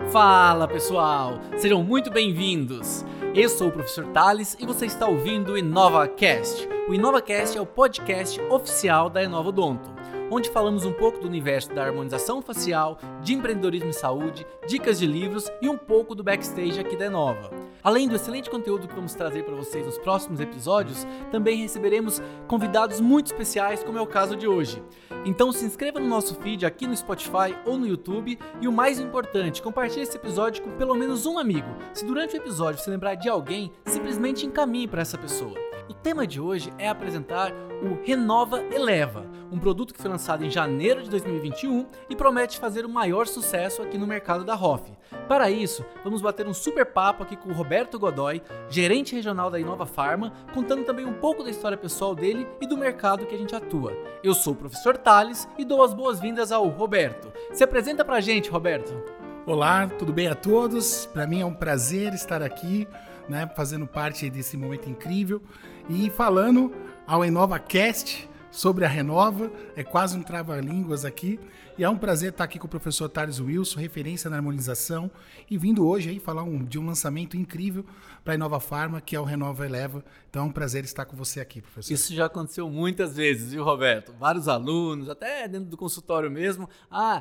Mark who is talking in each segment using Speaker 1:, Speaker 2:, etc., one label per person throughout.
Speaker 1: Fala pessoal, sejam muito bem-vindos. Eu sou o professor Thales e você está ouvindo o InovaCast. O InovaCast é o podcast oficial da Inovodonto, onde falamos um pouco do universo da harmonização facial, de empreendedorismo em saúde, dicas de livros e um pouco do backstage aqui da Inova. Além do excelente conteúdo que vamos trazer para vocês nos próximos episódios, também receberemos convidados muito especiais, como é o caso de hoje. Então se inscreva no nosso feed aqui no Spotify ou no YouTube e o mais importante, compartilhe esse episódio com pelo menos um amigo. Se durante o episódio você lembrar de alguém, simplesmente encaminhe para essa pessoa. O tema de hoje é apresentar o Renova Eleva, um produto que foi lançado em janeiro de 2021 e promete fazer o maior sucesso aqui no mercado da ROF. Para isso, vamos bater um super papo aqui com o Roberto Godoy, gerente regional da Inova Pharma, contando também um pouco da história pessoal dele e do mercado que a gente atua. Eu sou o professor Thales e dou as boas-vindas ao Roberto. Se apresenta pra gente, Roberto.
Speaker 2: Olá, tudo bem a todos? Para mim é um prazer estar aqui, fazendo parte desse momento incrível e falando ao InovaCast sobre a Renova. É quase um trava-línguas aqui e é um prazer estar aqui com o professor Thales Wilson, referência na harmonização, e vindo hoje aí falar de um lançamento incrível para a Inova Pharma, que é o Renova Eleva. Então é um prazer estar com você aqui, professor.
Speaker 1: Isso já aconteceu muitas vezes, viu, Roberto? Vários alunos, até dentro do consultório mesmo.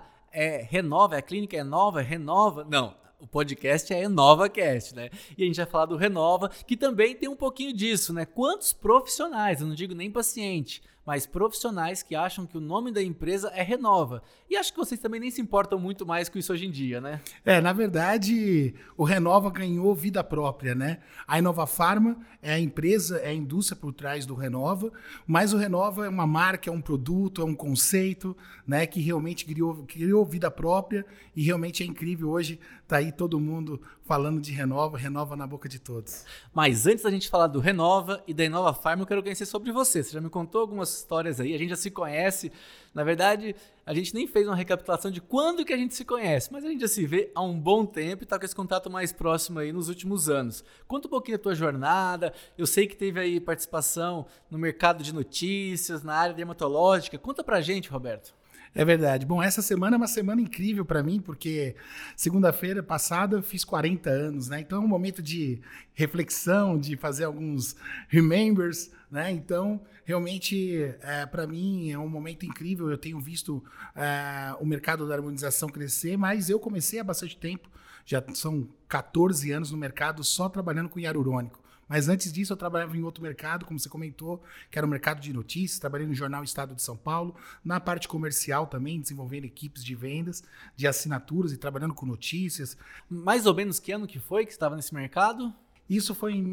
Speaker 1: Renova, a clínica é nova, renova. Não, o podcast é InovaCast, né? E a gente vai falar do Renova, que também tem um pouquinho disso, né? Quantos profissionais, eu não digo nem paciente, mas profissionais que acham que o nome da empresa é Renova. E acho que vocês também nem se importam muito mais com isso hoje em dia, né?
Speaker 2: Na verdade, o Renova ganhou vida própria, né? A Inova Pharma é a empresa, é a indústria por trás do Renova, mas o Renova é uma marca, é um produto, é um conceito, né, que realmente criou vida própria e realmente é incrível hoje tá aí todo mundo falando de Renova na boca de todos.
Speaker 1: Mas antes da gente falar do Renova e da Inova Pharma, eu quero conhecer sobre você. Você já me contou algumas histórias aí, a gente já se conhece. Na verdade, a gente nem fez uma recapitulação de quando que a gente se conhece, mas a gente já se vê há um bom tempo e está com esse contato mais próximo aí nos últimos anos. Conta um pouquinho da tua jornada. Eu sei que teve aí participação no mercado de notícias, na área dermatológica. Conta pra gente, Roberto.
Speaker 2: É verdade. Bom, essa semana é uma semana incrível para mim, porque segunda-feira passada eu fiz 40 anos, né? Então é um momento de reflexão, de fazer alguns remembers, né? Então, realmente, para mim é um momento incrível. Eu tenho visto o mercado da harmonização crescer, mas eu comecei há bastante tempo, já são 14 anos no mercado só trabalhando com hialurônico. Mas antes disso eu trabalhava em outro mercado, como você comentou, que era o mercado de notícias, trabalhei no jornal Estado de São Paulo, na parte comercial também, desenvolvendo equipes de vendas, de assinaturas e trabalhando com notícias.
Speaker 1: Mais ou menos que ano que foi que você estava nesse mercado?
Speaker 2: Isso foi em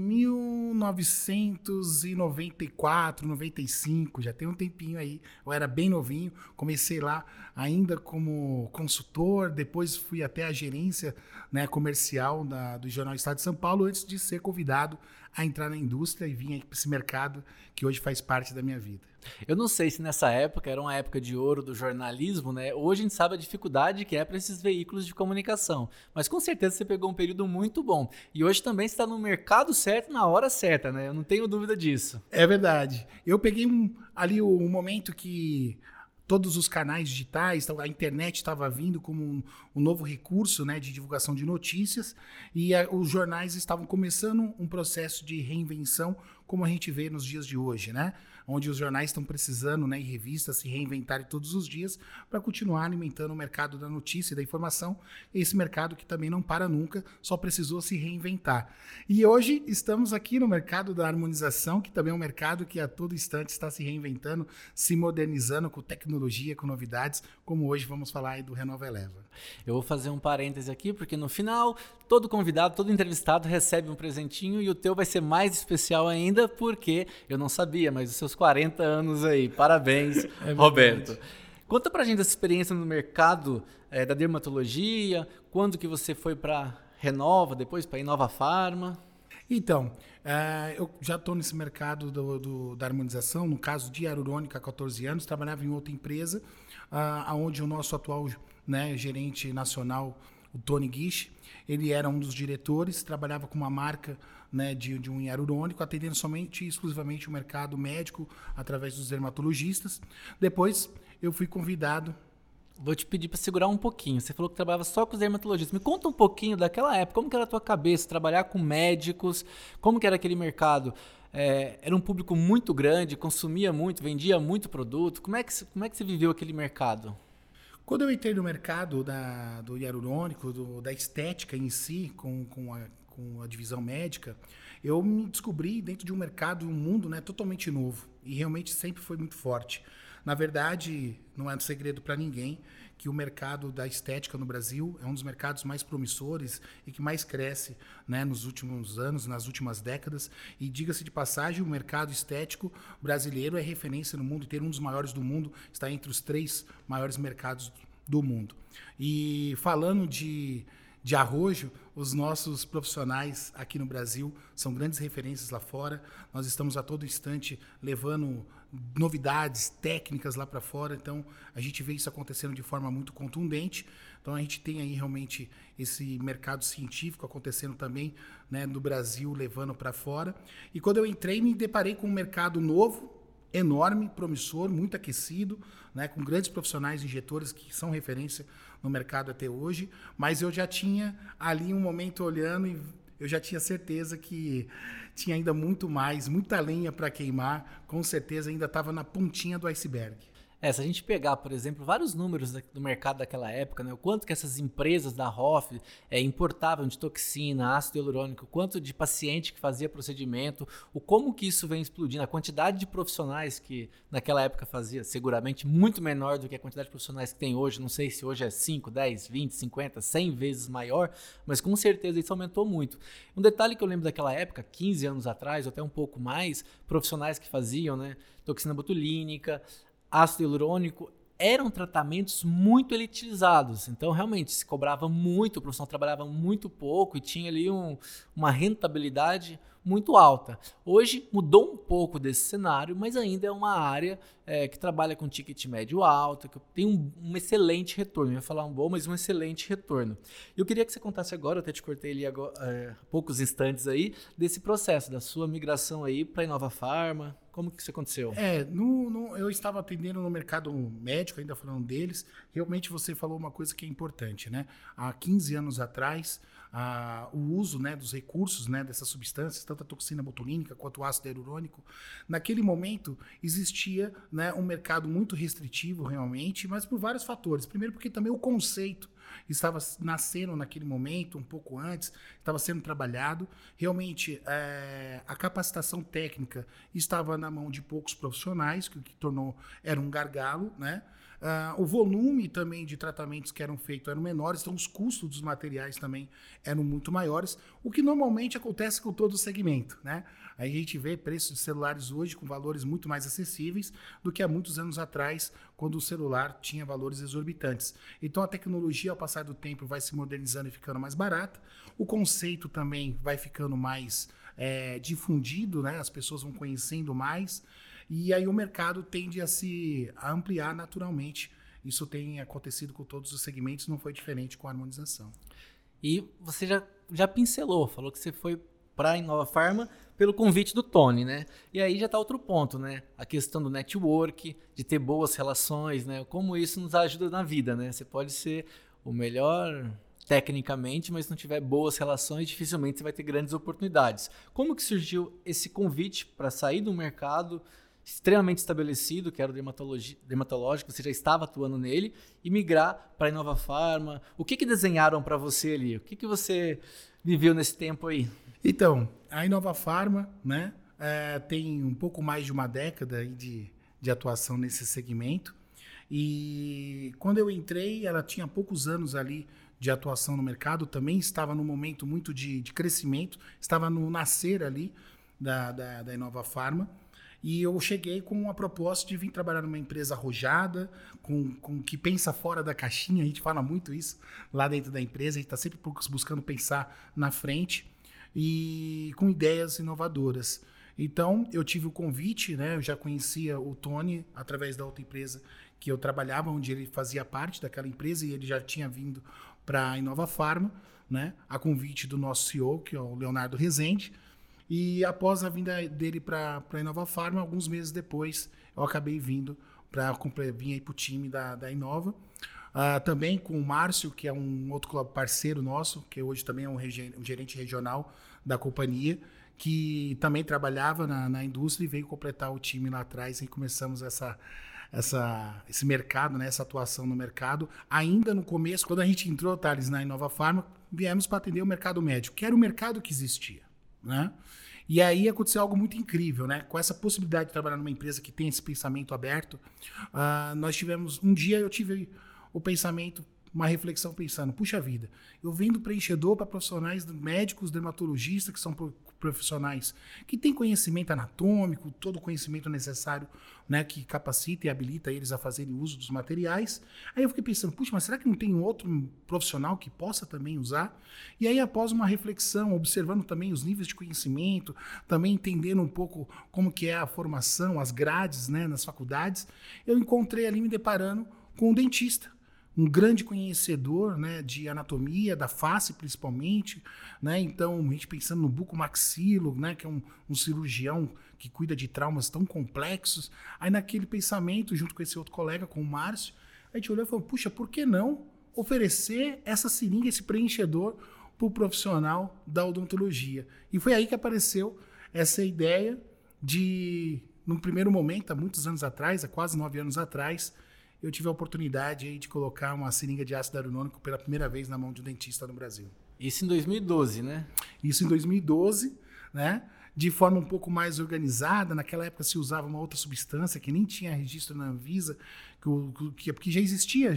Speaker 2: 1994, 95, já tem um tempinho aí. Eu era bem novinho, comecei lá ainda como consultor, depois fui até a gerência, né, comercial do Jornal Estado de São Paulo, antes de ser convidado a entrar na indústria e vim para esse mercado que hoje faz parte da minha vida.
Speaker 1: Eu não sei se nessa época era uma época de ouro do jornalismo, né? Hoje a gente sabe a dificuldade que é para esses veículos de comunicação, mas com certeza você pegou um período muito bom. E hoje também está no mercado certo, na hora certa, né? Eu não tenho dúvida disso.
Speaker 2: É verdade. Eu peguei ali o momento que todos os canais digitais, a internet estava vindo como um novo recurso, né, de divulgação de notícias, e os jornais estavam começando um processo de reinvenção, como a gente vê nos dias de hoje, né? Onde os jornais estão precisando, né, e revistas se reinventarem todos os dias para continuar alimentando o mercado da notícia e da informação, esse mercado que também não para nunca, só precisou se reinventar. E hoje estamos aqui no mercado da harmonização, que também é um mercado que a todo instante está se reinventando, se modernizando com tecnologia, com novidades, como hoje vamos falar aí do Renova Eleva.
Speaker 1: Eu vou fazer um parêntese aqui, porque no final, todo convidado, todo entrevistado recebe um presentinho e o teu vai ser mais especial ainda, porque eu não sabia, mas os seus 40 anos aí. Parabéns, Roberto. Conta pra gente essa experiência no mercado da dermatologia, quando que você foi para Renova, depois para Inova Pharma.
Speaker 2: Então, eu já estou nesse mercado da harmonização, no caso de hialurônica há 14 anos, trabalhava em outra empresa, onde o nosso atual, né, gerente nacional, o Tony Guiche, ele era um dos diretores, trabalhava com uma marca, né, de um hialurônico, atendendo somente e exclusivamente o mercado médico através dos dermatologistas. Depois eu fui convidado
Speaker 1: Vou te pedir para segurar um pouquinho. Você falou que trabalhava só com os dermatologistas. Me conta um pouquinho daquela época. Como que era a tua cabeça trabalhar com médicos? Como que era aquele mercado? Era um público muito grande, consumia muito, vendia muito produto. Como é que você viveu aquele mercado?
Speaker 2: Quando eu entrei no mercado do hialurônico, da estética em si, com a divisão médica, eu me descobri dentro de um mercado, um mundo, né, totalmente novo. E realmente sempre foi muito forte. Na verdade, não é um segredo para ninguém que o mercado da estética no Brasil é um dos mercados mais promissores e que mais cresce, né, nos últimos anos, nas últimas décadas. E diga-se de passagem, o mercado estético brasileiro é referência no mundo inteiro, um dos maiores do mundo, está entre os 3 maiores mercados do mundo. E falando de arrojo, os nossos profissionais aqui no Brasil são grandes referências lá fora. Nós estamos a todo instante levando novidades técnicas lá para fora, então a gente vê isso acontecendo de forma muito contundente. Então a gente tem aí realmente esse mercado científico acontecendo também, né, no Brasil, levando para fora. E quando eu entrei, me deparei com um mercado novo, enorme, promissor, muito aquecido, né, com grandes profissionais injetores que são referência no mercado até hoje, mas eu já tinha ali um momento olhando e eu já tinha certeza que tinha ainda muito mais, muita lenha para queimar, com certeza ainda estava na pontinha do iceberg.
Speaker 1: Se a gente pegar, por exemplo, vários números do mercado daquela época, né, o quanto que essas empresas da Hoff importavam de toxina, ácido hialurônico, o quanto de paciente que fazia procedimento, o como que isso vem explodindo, a quantidade de profissionais que naquela época fazia, seguramente muito menor do que a quantidade de profissionais que tem hoje, não sei se hoje é 5, 10, 20, 50, 100 vezes maior, mas com certeza isso aumentou muito. Um detalhe que eu lembro daquela época, 15 anos atrás, ou até um pouco mais, profissionais que faziam, né, toxina botulínica, ácido hialurônico, eram tratamentos muito elitizados. Então, realmente, se cobrava muito, o profissional trabalhava muito pouco e tinha ali uma rentabilidade muito alta. Hoje, mudou um pouco desse cenário, mas ainda é uma área que trabalha com ticket médio alto, que tem um excelente retorno. Eu ia falar um bom, mas um excelente retorno. Eu queria que você contasse agora, eu até te cortei ali agora, há poucos instantes aí, desse processo, da sua migração aí para a Inova Pharma. Como que isso aconteceu?
Speaker 2: Eu estava atendendo no mercado médico, ainda falando deles. Realmente você falou uma coisa que é importante, né? Há 15 anos atrás, o uso, né, dos recursos, né, dessas substâncias, tanto a toxina botulínica quanto o ácido hialurônico, naquele momento existia, né, um mercado muito restritivo realmente, mas por vários fatores. Primeiro porque também o conceito estava nascendo naquele momento, um pouco antes, estava sendo trabalhado. Realmente, a capacitação técnica estava na mão de poucos profissionais, que o que tornou era um gargalo, né? O volume também de tratamentos que eram feitos eram menores, então os custos dos materiais também eram muito maiores, o que normalmente acontece com todo o segmento, né? Aí a gente vê preços de celulares hoje com valores muito mais acessíveis do que há muitos anos atrás, quando o celular tinha valores exorbitantes. Então a tecnologia, ao passar do tempo, vai se modernizando e ficando mais barata, o conceito também vai ficando mais difundido, né? As pessoas vão conhecendo mais, e aí o mercado tende a ampliar naturalmente. Isso tem acontecido com todos os segmentos, não foi diferente com a harmonização.
Speaker 1: E você já pincelou, falou que você foi para a Inova Pharma pelo convite do Tony, né? E aí já está outro ponto, né? A questão do network, de ter boas relações, né? Como isso nos ajuda na vida, né? Você pode ser o melhor tecnicamente, mas se não tiver boas relações, dificilmente você vai ter grandes oportunidades. Como que surgiu esse convite para sair do mercado extremamente estabelecido, que era o dermatológico, você já estava atuando nele, e migrar para a Inova Pharma? O que desenharam para você ali? O que você viveu nesse tempo aí?
Speaker 2: Então, a Inova Pharma, né, tem um pouco mais de uma década aí de atuação nesse segmento, e quando eu entrei, ela tinha poucos anos ali de atuação no mercado, também estava num momento muito de crescimento, estava no nascer ali da Inova Pharma. E eu cheguei com a proposta de vir trabalhar numa empresa arrojada, com que pensa fora da caixinha. A gente fala muito isso lá dentro da empresa. A gente está sempre buscando pensar na frente e com ideias inovadoras. Então, eu tive o convite, né? Eu já conhecia o Tony através da outra empresa que eu trabalhava, onde ele fazia parte daquela empresa, e ele já tinha vindo para a Inova Pharma, né? A convite do nosso CEO, que é o Leonardo Rezende. E após a vinda dele para a Inova Pharma, alguns meses depois, eu acabei vindo para vir aí para o time da Inova. Também com o Márcio, que é um outro parceiro nosso, que hoje também é um gerente regional da companhia, que também trabalhava na indústria e veio completar o time lá atrás e começamos esse mercado, né, essa atuação no mercado. Ainda no começo, quando a gente entrou, Thales, na Inova Pharma, viemos para atender o mercado médico, que era o mercado que existia, né? E aí aconteceu algo muito incrível, né? Com essa possibilidade de trabalhar numa empresa que tem esse pensamento aberto, nós tivemos, um dia eu tive o pensamento, uma reflexão pensando, puxa vida, eu vendo preenchedor para profissionais médicos, dermatologistas, que são profissionais que têm conhecimento anatômico, todo o conhecimento necessário, né, que capacita e habilita eles a fazerem uso dos materiais. Aí eu fiquei pensando, puxa, mas será que não tem outro profissional que possa também usar? E aí, após uma reflexão, observando também os níveis de conhecimento, também entendendo um pouco como que é a formação, as grades, né, nas faculdades, eu encontrei ali me deparando com um dentista, um grande conhecedor, né, de anatomia, da face principalmente, né? Então, a gente pensando no bucomaxilo, né, que é um cirurgião que cuida de traumas tão complexos. Aí naquele pensamento, junto com esse outro colega, com o Márcio, a gente olhou e falou, puxa, por que não oferecer essa seringa, esse preenchedor para o profissional da odontologia? E foi aí que apareceu essa ideia de, num primeiro momento, há muitos anos atrás, há quase 9 anos atrás, eu tive a oportunidade aí de colocar uma seringa de ácido hialurônico pela primeira vez na mão de um dentista no Brasil.
Speaker 1: Isso em 2012, né?
Speaker 2: Isso em 2012, né? De forma um pouco mais organizada. Naquela época se usava uma outra substância que nem tinha registro na Anvisa, que já existia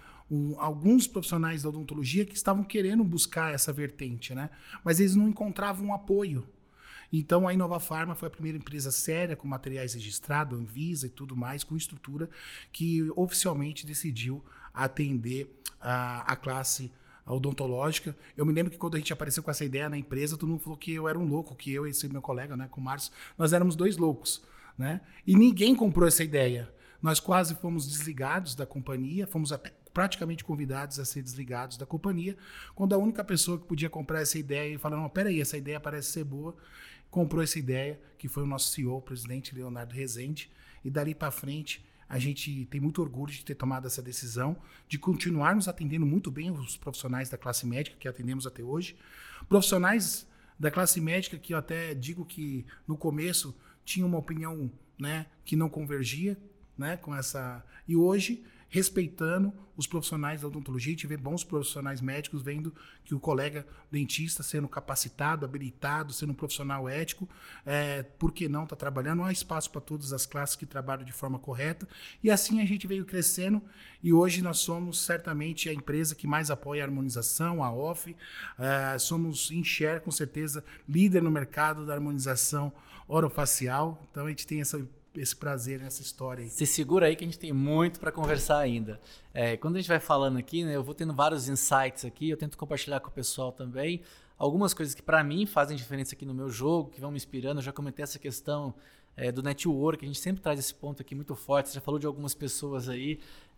Speaker 2: alguns profissionais da odontologia que estavam querendo buscar essa vertente, né? Mas eles não encontravam apoio. Então, a Inova Pharma foi a primeira empresa séria, com materiais registrados, Anvisa e tudo mais, com estrutura, que oficialmente decidiu atender a classe odontológica. Eu me lembro que quando a gente apareceu com essa ideia na empresa, todo mundo falou que eu era um louco, que eu e esse meu colega, né, com o Márcio, nós éramos 2 loucos, né? E ninguém comprou essa ideia. Nós quase fomos desligados da companhia, fomos até praticamente convidados a ser desligados da companhia, quando a única pessoa que podia comprar essa ideia e falar, não, peraí, essa ideia parece ser boa, comprou essa ideia, que foi o nosso CEO, o presidente Leonardo Rezende, e dali para frente a gente tem muito orgulho de ter tomado essa decisão, de continuarmos atendendo muito bem os profissionais da classe médica que atendemos até hoje, profissionais da classe médica que eu até digo que no começo tinham uma opinião, né, que não convergia, né, com essa, e hoje respeitando os profissionais da odontologia, a gente vê bons profissionais médicos vendo que o colega dentista sendo capacitado, habilitado, sendo um profissional ético, por que não está trabalhando? Há espaço para todas as classes que trabalham de forma correta, e assim a gente veio crescendo, e hoje nós somos certamente a empresa que mais apoia a harmonização, a OFF, somos Inshare, com certeza, líder no mercado da harmonização orofacial, então a gente tem esse prazer nessa história aí.
Speaker 1: Se segura aí que a gente tem muito para conversar ainda. Quando a gente vai falando aqui, né, eu vou tendo vários insights aqui, eu tento compartilhar com o pessoal também. Algumas coisas que para mim fazem diferença aqui no meu jogo, que vão me inspirando. Eu já comentei essa questão do network, a gente sempre traz esse ponto aqui muito forte. Você já falou de algumas pessoas aí,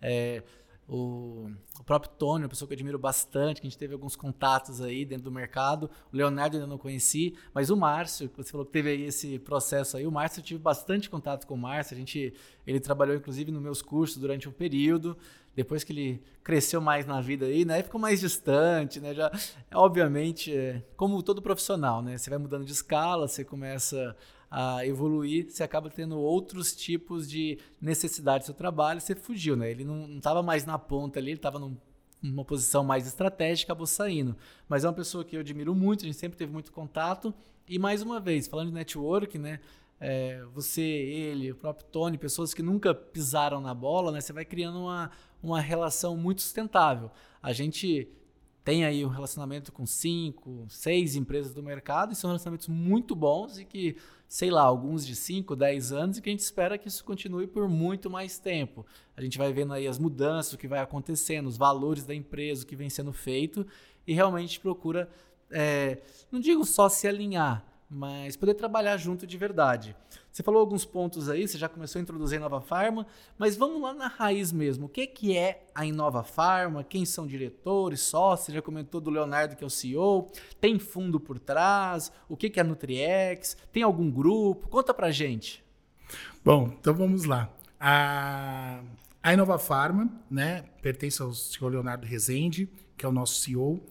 Speaker 1: o próprio Tony, uma pessoa que eu admiro bastante, que a gente teve alguns contatos aí dentro do mercado. O Leonardo ainda não conheci, mas o Márcio, que você falou que teve aí esse processo aí, o Márcio, eu tive bastante contato com o Márcio, ele trabalhou inclusive nos meus cursos durante um período, depois que ele cresceu mais na vida aí, né, ficou mais distante, né, já, obviamente, como todo profissional, né, você vai mudando de escala, você começa a evoluir, você acaba tendo outros tipos de necessidade do seu trabalho, você fugiu, né? Ele não estava mais na ponta ali, ele estava numa posição mais estratégica, acabou saindo. Mas é uma pessoa que eu admiro muito, a gente sempre teve muito contato. E mais uma vez, falando de network, né? Você, ele, o próprio Tony, pessoas que nunca pisaram na bola, né? Você vai criando uma relação muito sustentável. A gente tem aí um relacionamento com 5, 6 empresas do mercado e são relacionamentos muito bons e que, sei lá, alguns de 5, 10 anos e que a gente espera que isso continue por muito mais tempo. A gente vai vendo aí as mudanças, o que vai acontecendo, os valores da empresa, o que vem sendo feito e realmente procura, não digo só se alinhar, mas poder trabalhar junto de verdade. Você falou alguns pontos aí, você já começou a introduzir a Inova Pharma, mas vamos lá na raiz mesmo. O que é a Inova Pharma? Quem são diretores, sócios? Você já comentou do Leonardo, que é o CEO. Tem fundo por trás? O que é a Nutriex? Tem algum grupo? Conta pra gente.
Speaker 2: Bom, então vamos lá. A A Inova Pharma, né, pertence ao senhor Leonardo Rezende, que é o nosso CEO.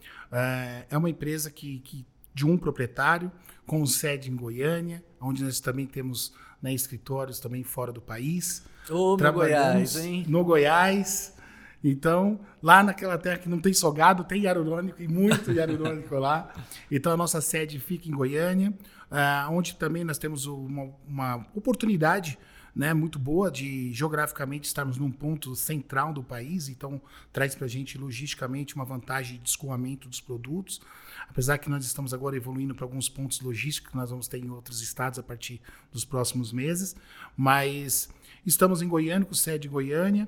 Speaker 2: É uma empresa de um proprietário, com sede em Goiânia, onde nós também temos, né, escritórios também fora do país.
Speaker 1: No Goiás, hein?
Speaker 2: No Goiás. Então, lá naquela terra que não tem salgado, tem hialurônico e muito hialurônico lá. Então, a nossa sede fica em Goiânia, onde também nós temos uma oportunidade, né, muito boa de geograficamente estarmos num ponto central do país, então traz para a gente logisticamente uma vantagem de escoamento dos produtos, apesar que nós estamos agora evoluindo para alguns pontos logísticos que nós vamos ter em outros estados a partir dos próximos meses, mas estamos em Goiânia, com sede em Goiânia,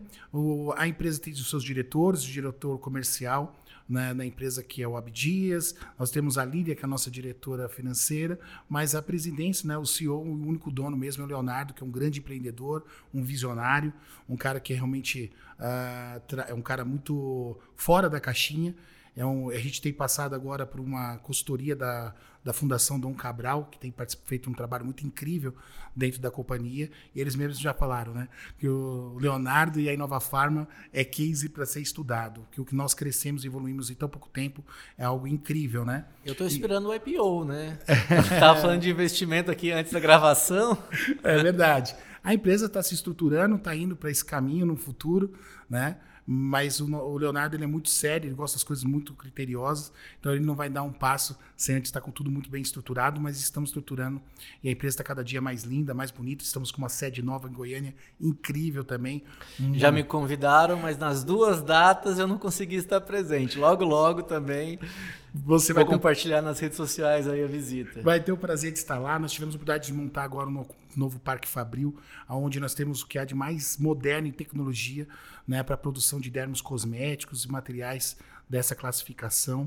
Speaker 2: a empresa tem os seus diretores, o diretor comercial, né, na empresa que é o Abdias, nós temos a Lídia, que é a nossa diretora financeira, mas a presidência, né, o CEO, o único dono mesmo é o Leonardo, que é um grande empreendedor, um visionário, um cara que realmente é um cara muito fora da caixinha. A gente tem passado agora por uma consultoria da Fundação Dom Cabral, que tem feito um trabalho muito incrível dentro da companhia, e eles mesmos já falaram, né, que o Leonardo e a Inova Pharma é case para ser estudado, que o que nós crescemos e evoluímos em tão pouco tempo é algo incrível, né?
Speaker 1: Eu estou esperando o IPO, né? Estava falando de investimento aqui antes da gravação.
Speaker 2: É verdade. A empresa está se estruturando, está indo para esse caminho no futuro, né? Mas o Leonardo, ele é muito sério, ele gosta das coisas muito criteriosas, então ele não vai dar um passo sem antes estar com tudo muito bem estruturado, mas estamos estruturando e a empresa está cada dia mais linda, mais bonita. Estamos com uma sede nova em Goiânia, incrível também.
Speaker 1: Já me convidaram, mas nas 2 datas eu não consegui estar presente. Logo também
Speaker 2: você
Speaker 1: vou compartilhar nas redes sociais aí a visita.
Speaker 2: Vai ter o prazer de estar lá. Nós tivemos a oportunidade de montar agora um novo Parque Fabril, onde nós temos o que há de mais moderno em tecnologia, né, para a produção de dermos cosméticos e materiais dessa classificação,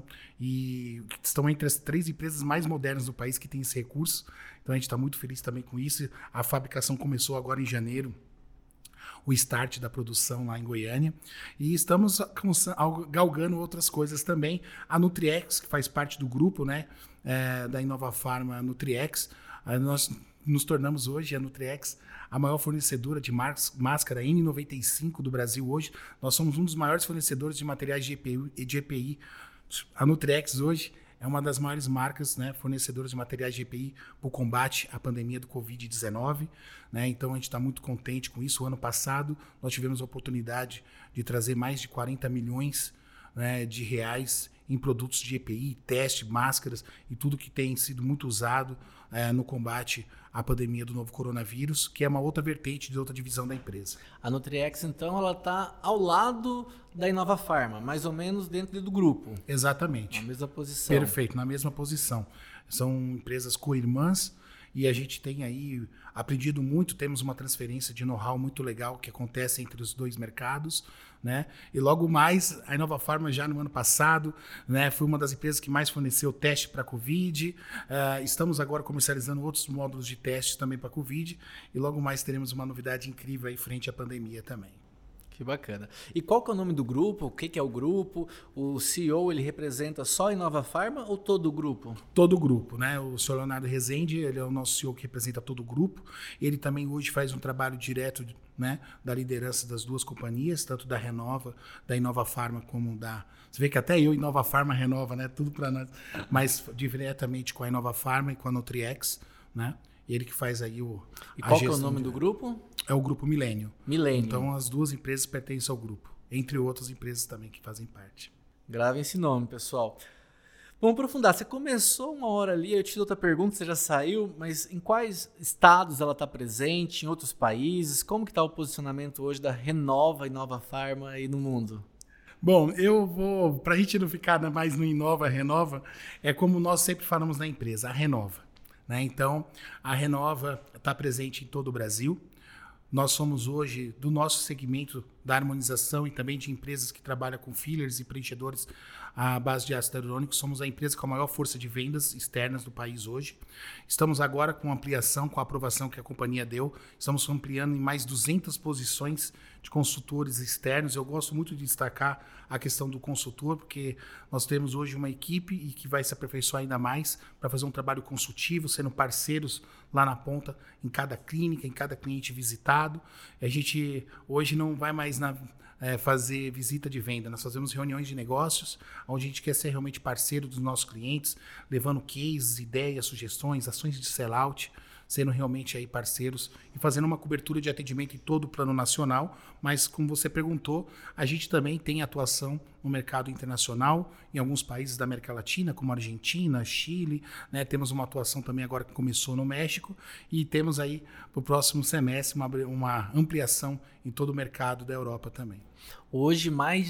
Speaker 2: e estão entre as 3 empresas mais modernas do país que têm esse recurso. Então a gente está muito feliz também com isso. A fabricação começou agora em janeiro, o start da produção lá em Goiânia, e estamos galgando outras coisas também. A Nutriex, que faz parte do grupo, né, da Inova Pharma Nutriex, nós nos tornamos hoje, a Nutriex, a maior fornecedora de máscara N95 do Brasil hoje. Nós somos um dos maiores fornecedores de materiais de EPI. A Nutriex hoje é uma das maiores marcas, né, fornecedoras de materiais de EPI para o combate à pandemia do Covid-19. Né? Então, a gente está muito contente com isso. O ano passado, nós tivemos a oportunidade de trazer mais de 40 milhões, né, de reais em produtos de EPI, teste, máscaras e tudo que tem sido muito usado no combate à pandemia do novo coronavírus, que é uma outra vertente de outra divisão da empresa.
Speaker 1: A Nutriex, então, ela está ao lado da Inova Pharma, mais ou menos dentro do grupo.
Speaker 2: Exatamente.
Speaker 1: Na mesma posição.
Speaker 2: Perfeito, na mesma posição. São empresas co-irmãs e a gente tem aí aprendido muito, temos uma transferência de know-how muito legal que acontece entre os 2 mercados, né? E logo mais, a Inova Pharma já no ano passado, né, foi uma das empresas que mais forneceu teste para Covid. Estamos agora comercializando outros módulos de teste também para Covid, e logo mais teremos uma novidade incrível aí frente à pandemia também.
Speaker 1: Que bacana. E qual que é o nome do grupo? O que é o grupo? O CEO, ele representa só a Inova Pharma ou todo o grupo?
Speaker 2: Todo o grupo, né? O senhor Leonardo Rezende, ele é o nosso CEO que representa todo o grupo. Ele também hoje faz um trabalho direto, né, da liderança das 2 companhias, tanto da Renova, da Inova Pharma, como da... Você vê que até eu, Inova Pharma, Renova, né? Tudo para nós. Mas diretamente com a Inova Pharma e com a Nutriex, né? Ele que faz aí
Speaker 1: E qual que é o nome do grupo?
Speaker 2: É o Grupo Milênio.
Speaker 1: Milênio.
Speaker 2: Então, as 2 empresas pertencem ao grupo, entre outras empresas também que fazem parte.
Speaker 1: Gravem esse nome, pessoal. Vamos aprofundar. Você começou uma hora ali, eu te dei outra pergunta, você já saiu, mas em quais estados ela está presente, em outros países? Como que está o posicionamento hoje da Renova, Inova Pharma aí no mundo?
Speaker 2: Bom, eu vou, para a gente não ficar mais no Inova, Renova, é como nós sempre falamos na empresa, a Renova. Né? Então, a Renova está presente em todo o Brasil. Nós somos hoje, do nosso segmento da harmonização e também de empresas que trabalham com fillers e preenchedores à base de ácido hialurônico, somos a empresa com a maior força de vendas externas do país hoje. Estamos agora com ampliação, com a aprovação que a companhia deu, estamos ampliando em mais 200 posições de consultores externos. Eu gosto muito de destacar a questão do consultor, porque nós temos hoje uma equipe e que vai se aperfeiçoar ainda mais para fazer um trabalho consultivo, sendo parceiros lá na ponta, em cada clínica, em cada cliente visitado. A gente hoje não vai mais fazer visita de venda, nós fazemos reuniões de negócios, onde a gente quer ser realmente parceiro dos nossos clientes, levando cases, ideias, sugestões, ações de sellout, sendo realmente aí parceiros e fazendo uma cobertura de atendimento em todo o plano nacional, mas como você perguntou, a gente também tem atuação no mercado internacional, em alguns países da América Latina, como Argentina, Chile, né? Temos uma atuação também agora que começou no México e temos aí para o próximo semestre uma ampliação em todo o mercado da Europa também.
Speaker 1: Hoje, mais de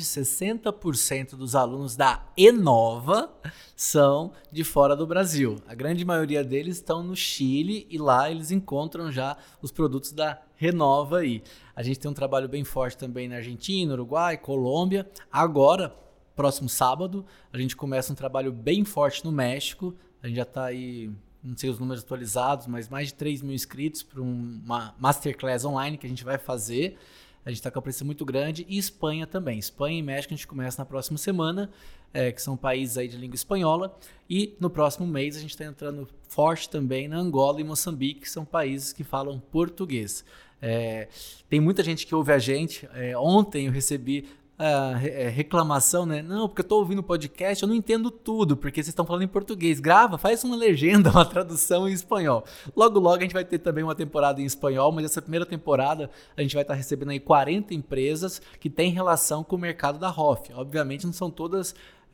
Speaker 1: 60% dos alunos da Enova são de fora do Brasil. A grande maioria deles estão no Chile e lá eles encontram já os produtos da Renova aí. A gente tem um trabalho bem forte também na Argentina, Uruguai, Colômbia. Agora, próximo sábado, a gente começa um trabalho bem forte no México. A gente já está aí, não sei os números atualizados, mas mais de 3 mil inscritos para uma masterclass online que a gente vai fazer. A gente está com a preço muito grande. E Espanha também. Espanha e México a gente começa na próxima semana, que são países aí de língua espanhola. E no próximo mês a gente está entrando forte também na Angola e Moçambique, que são países que falam português. Tem muita gente que ouve a gente. Ontem eu recebi reclamação, né? Não, porque eu tô ouvindo o podcast, eu não entendo tudo, porque vocês estão falando em português. Grava, faz uma legenda, uma tradução em espanhol. Logo, logo a gente vai ter também uma temporada em espanhol, mas essa primeira temporada a gente vai estar recebendo aí 40 empresas que têm relação com o mercado da ROF. Obviamente não são todas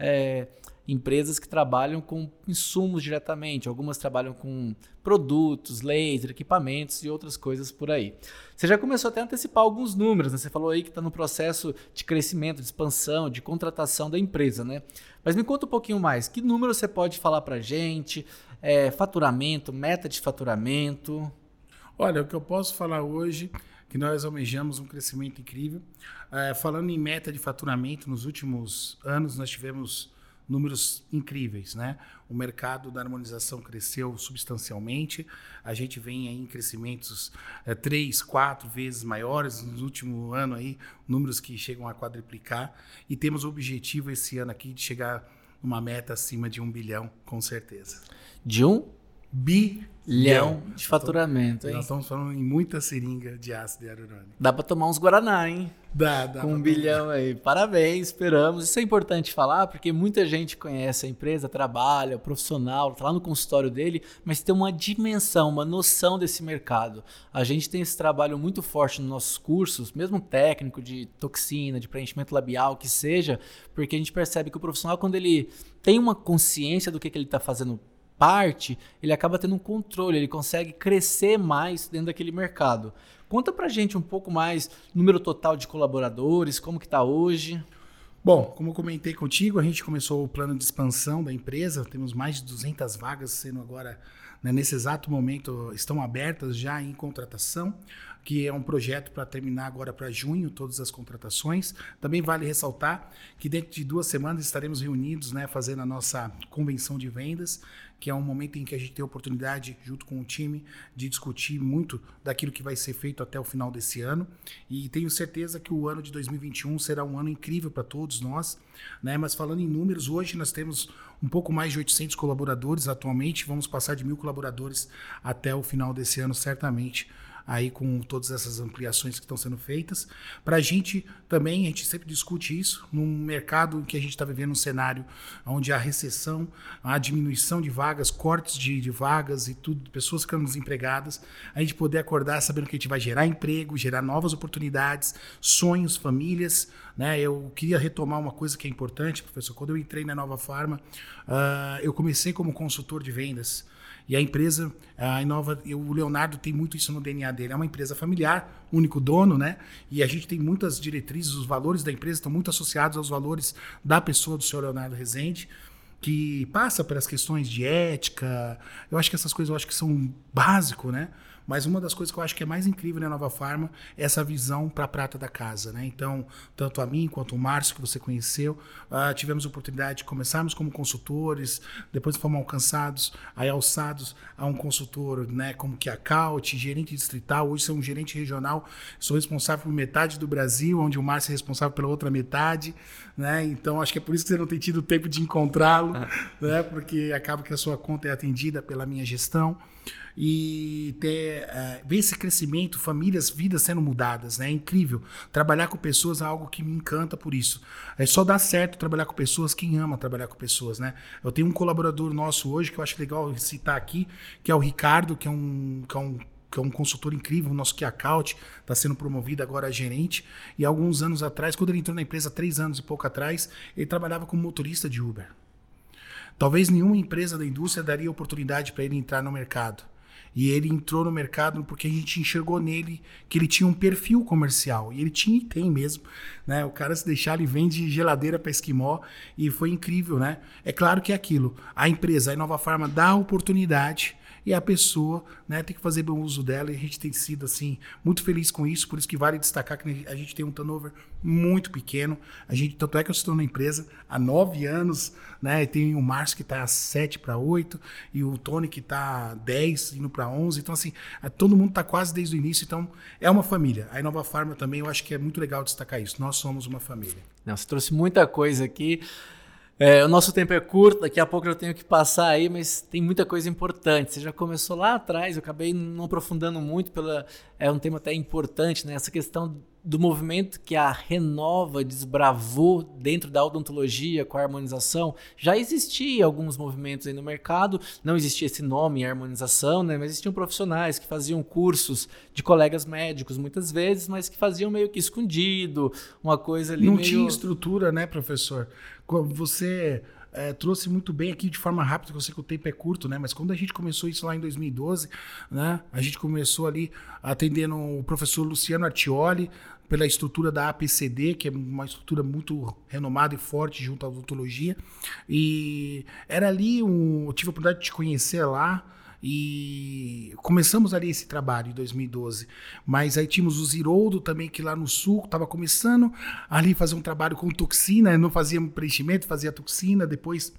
Speaker 1: empresas que trabalham com insumos diretamente, algumas trabalham com produtos, laser, equipamentos e outras coisas por aí. Você já começou até a antecipar alguns números, né? Você falou aí que está no processo de crescimento, de expansão, de contratação da empresa, né? Mas me conta um pouquinho mais, que número você pode falar para a gente? Faturamento, meta de faturamento?
Speaker 2: Olha, o que eu posso falar hoje que nós almejamos um crescimento incrível. Falando em meta de faturamento, nos últimos anos nós tivemos números incríveis, né? O mercado da harmonização cresceu substancialmente, a gente vem aí em crescimentos 3, 4 vezes maiores, no último ano aí, números que chegam a quadruplicar, e temos o objetivo esse ano aqui de chegar numa meta acima de 1 bilhão, com certeza.
Speaker 1: De 1
Speaker 2: bilhão
Speaker 1: de faturamento, hein?
Speaker 2: Nós estamos falando em muita seringa de ácido hialurônico.
Speaker 1: Dá para tomar uns Guaraná, hein?
Speaker 2: Dá.
Speaker 1: Com 1 bilhão aí. Parabéns, esperamos. Isso é importante falar, porque muita gente conhece a empresa, trabalha, o profissional, está lá no consultório dele, mas tem uma dimensão, uma noção desse mercado. A gente tem esse trabalho muito forte nos nossos cursos, mesmo técnico de toxina, de preenchimento labial, que seja, porque a gente percebe que o profissional, quando ele tem uma consciência do que ele está fazendo parte, ele acaba tendo um controle, ele consegue crescer mais dentro daquele mercado. Conta pra gente um pouco mais, número total de colaboradores, como que tá hoje?
Speaker 2: Bom, como eu comentei contigo, a gente começou o plano de expansão da empresa, temos mais de 200 vagas sendo agora, né, nesse exato momento, estão abertas já em contratação, que é um projeto para terminar agora para junho, todas as contratações. Também vale ressaltar que dentro de 2 semanas estaremos reunidos, né, fazendo a nossa convenção de vendas, que é um momento em que a gente tem a oportunidade, junto com o time, de discutir muito daquilo que vai ser feito até o final desse ano. E tenho certeza que o ano de 2021 será um ano incrível para todos nós, né? Mas falando em números, hoje nós temos um pouco mais de 800 colaboradores atualmente, vamos passar de 1.000 colaboradores até o final desse ano, certamente, aí com todas essas ampliações que estão sendo feitas. Para a gente também, a gente sempre discute isso, num mercado em que a gente está vivendo um cenário onde a recessão, a diminuição de vagas, cortes de vagas e tudo, pessoas ficando desempregadas, a gente poder acordar sabendo que a gente vai gerar emprego, gerar novas oportunidades, sonhos, famílias, né? Eu queria retomar uma coisa que é importante, professor. Quando eu entrei na Nova Pharma, eu comecei como consultor de vendas. E a empresa, a Inova, o Leonardo tem muito isso no DNA dele. É uma empresa familiar, único dono, né? E a gente tem muitas diretrizes, os valores da empresa estão muito associados aos valores da pessoa do senhor Leonardo Rezende, que passa pelas questões de ética. Eu acho que essas coisas que são básico, né? Mas uma das coisas que eu acho que é mais incrível na Nova Pharma é essa visão para a prata da casa, né? Então, tanto a mim quanto o Márcio, que você conheceu, tivemos a oportunidade de começarmos como consultores, depois fomos alçados a um consultor, né, como que a Caut, gerente distrital, hoje sou um gerente regional, sou responsável por metade do Brasil, onde o Márcio é responsável pela outra metade, né? Então acho que é por isso que você não tem tido tempo de encontrá-lo, né? Porque acaba que a sua conta é atendida pela minha gestão. E ver esse crescimento, famílias, vidas sendo mudadas, né? É incrível. Trabalhar com pessoas é algo que me encanta por isso. É só dá certo trabalhar com pessoas quem ama trabalhar com pessoas, né? Eu tenho um colaborador nosso hoje que eu acho legal citar aqui, que é o Ricardo, que é um consultor incrível, o nosso Key Account, está sendo promovido agora a gerente. E alguns anos atrás, quando ele entrou na empresa, 3 anos e pouco atrás, ele trabalhava como motorista de Uber. Talvez nenhuma empresa da indústria daria oportunidade para ele entrar no mercado. E ele entrou no mercado porque a gente enxergou nele que ele tinha um perfil comercial. E ele tinha e tem mesmo, né? O cara, se deixar, ele vende geladeira para esquimó. E foi incrível, né? É claro que é aquilo. A empresa, a Nova Pharma, dá a oportunidade e a pessoa, né, tem que fazer bom uso dela. E a gente tem sido assim, muito feliz com isso. Por isso que vale destacar que a gente tem um turnover muito pequeno. Tanto é que eu estou na empresa há 9 anos, né? E tem o Márcio que está a 7 para 8 e o Tony que está 10 indo para 11. Então assim, todo mundo está quase desde o início. Então é uma família. A Nova Pharma também, eu acho que é muito legal destacar isso. Nós somos uma família.
Speaker 1: Não, você trouxe muita coisa aqui. O nosso tempo é curto, daqui a pouco eu tenho que passar aí, mas tem muita coisa importante. Você já começou lá atrás, eu acabei não aprofundando muito, é um tema até importante, né? Essa questão do movimento que a Renova desbravou dentro da odontologia com a harmonização. Já existia alguns movimentos aí no mercado, não existia esse nome, harmonização, né? Mas existiam profissionais que faziam cursos de colegas médicos muitas vezes, mas que faziam meio que escondido, uma coisa ali
Speaker 2: não
Speaker 1: meio...
Speaker 2: tinha estrutura, né, professor? Você trouxe muito bem aqui de forma rápida, que eu sei que o tempo é curto, né? Mas quando a gente começou isso lá em 2012, né? A gente começou ali atendendo o professor Luciano Artioli, pela estrutura da APCD, que é uma estrutura muito renomada e forte junto à odontologia. E era ali, eu tive a oportunidade de te conhecer lá, e começamos ali esse trabalho em 2012, mas aí tínhamos o Ziroldo também, que lá no sul estava começando ali fazer um trabalho com toxina, não fazia preenchimento, fazia toxina, depois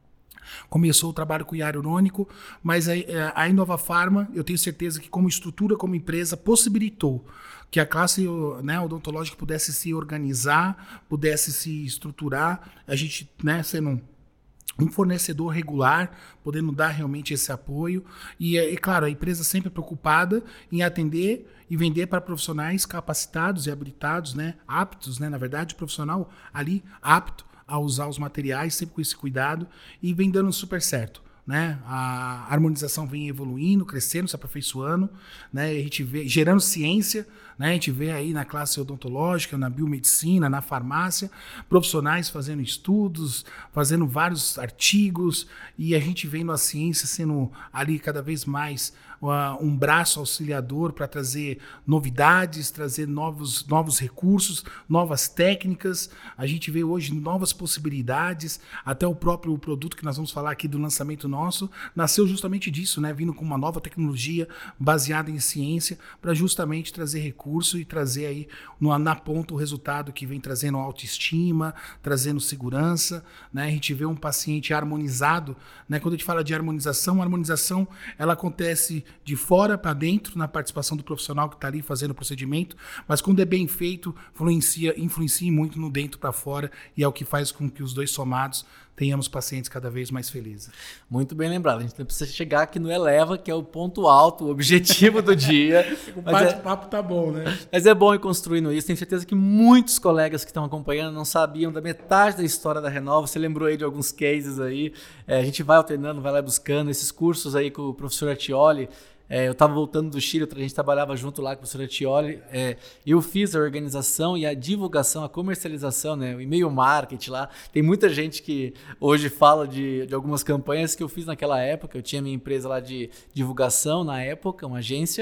Speaker 2: começou o trabalho com hialurônico, mas a Nova Pharma, eu tenho certeza que como estrutura, como empresa, possibilitou que a classe, né, odontológica pudesse se organizar, pudesse se estruturar, a gente, né, sendo um fornecedor regular, podendo dar realmente esse apoio. E claro, a empresa sempre preocupada em atender e vender para profissionais capacitados e habilitados, né, aptos, né, na verdade, o profissional ali apto a usar os materiais, sempre com esse cuidado, e vem dando super certo. Né? A harmonização vem evoluindo, crescendo, se aperfeiçoando, né? A gente vê gerando ciência, né? A gente vê aí na classe odontológica, na biomedicina, na farmácia, profissionais fazendo estudos, fazendo vários artigos, e a gente vendo a ciência sendo ali cada vez mais um braço auxiliador para trazer novidades, trazer novos recursos, novas técnicas. A gente vê hoje novas possibilidades, até o próprio produto que nós vamos falar aqui do lançamento nosso, nasceu justamente disso, né? Vindo com uma nova tecnologia baseada em ciência para justamente trazer recurso e trazer aí na ponta o resultado que vem trazendo autoestima, trazendo segurança, né? A gente vê um paciente harmonizado, né? Quando a gente fala de harmonização, a harmonização ela acontece de fora para dentro, na participação do profissional que está ali fazendo o procedimento, mas quando é bem feito, influencia muito no dentro para fora, e é o que faz com que os dois somados tenhamos pacientes cada vez mais felizes.
Speaker 1: Muito bem lembrado. A gente não precisa chegar aqui no Eleva, que é o ponto alto, o objetivo do dia.
Speaker 2: O bate-papo tá bom, né?
Speaker 1: Mas é bom ir construindo isso. Tenho certeza que muitos colegas que estão acompanhando não sabiam da metade da história da Renova. Você lembrou aí de alguns cases aí. A gente vai alternando, vai lá buscando esses cursos aí com o professor Artioli. Eu estava voltando do Chile, a gente trabalhava junto lá com o professor Artioli. Eu fiz a organização e a divulgação, a comercialização, né, o e-mail marketing lá. Tem muita gente que hoje fala de algumas campanhas que eu fiz naquela época. Eu tinha minha empresa lá de divulgação na época, uma agência.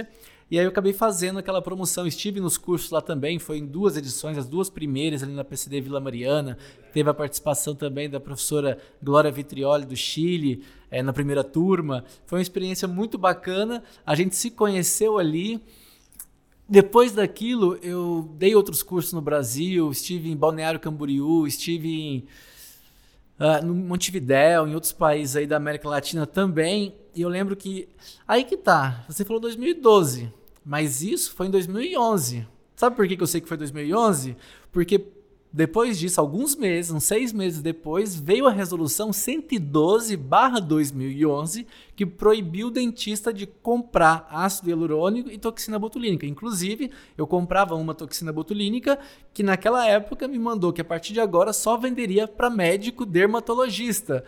Speaker 1: E aí eu acabei fazendo aquela promoção, estive nos cursos lá também, foi em 2 edições, as 2 primeiras ali na PCD Vila Mariana, teve a participação também da professora Glória Vitrioli do Chile, na primeira turma, foi uma experiência muito bacana, a gente se conheceu ali. Depois daquilo, eu dei outros cursos no Brasil, estive em Balneário Camboriú, estive no Montevidéu, em outros países aí da América Latina também, e eu lembro que, aí que tá, você falou 2012, mas isso foi em 2011. Sabe por que eu sei que foi 2011? Porque depois disso, alguns meses, uns 6 meses depois, veio a resolução 112/2011, que proibiu o dentista de comprar ácido hialurônico e toxina botulínica. Inclusive, eu comprava uma toxina botulínica que naquela época me mandou que a partir de agora só venderia para médico dermatologista.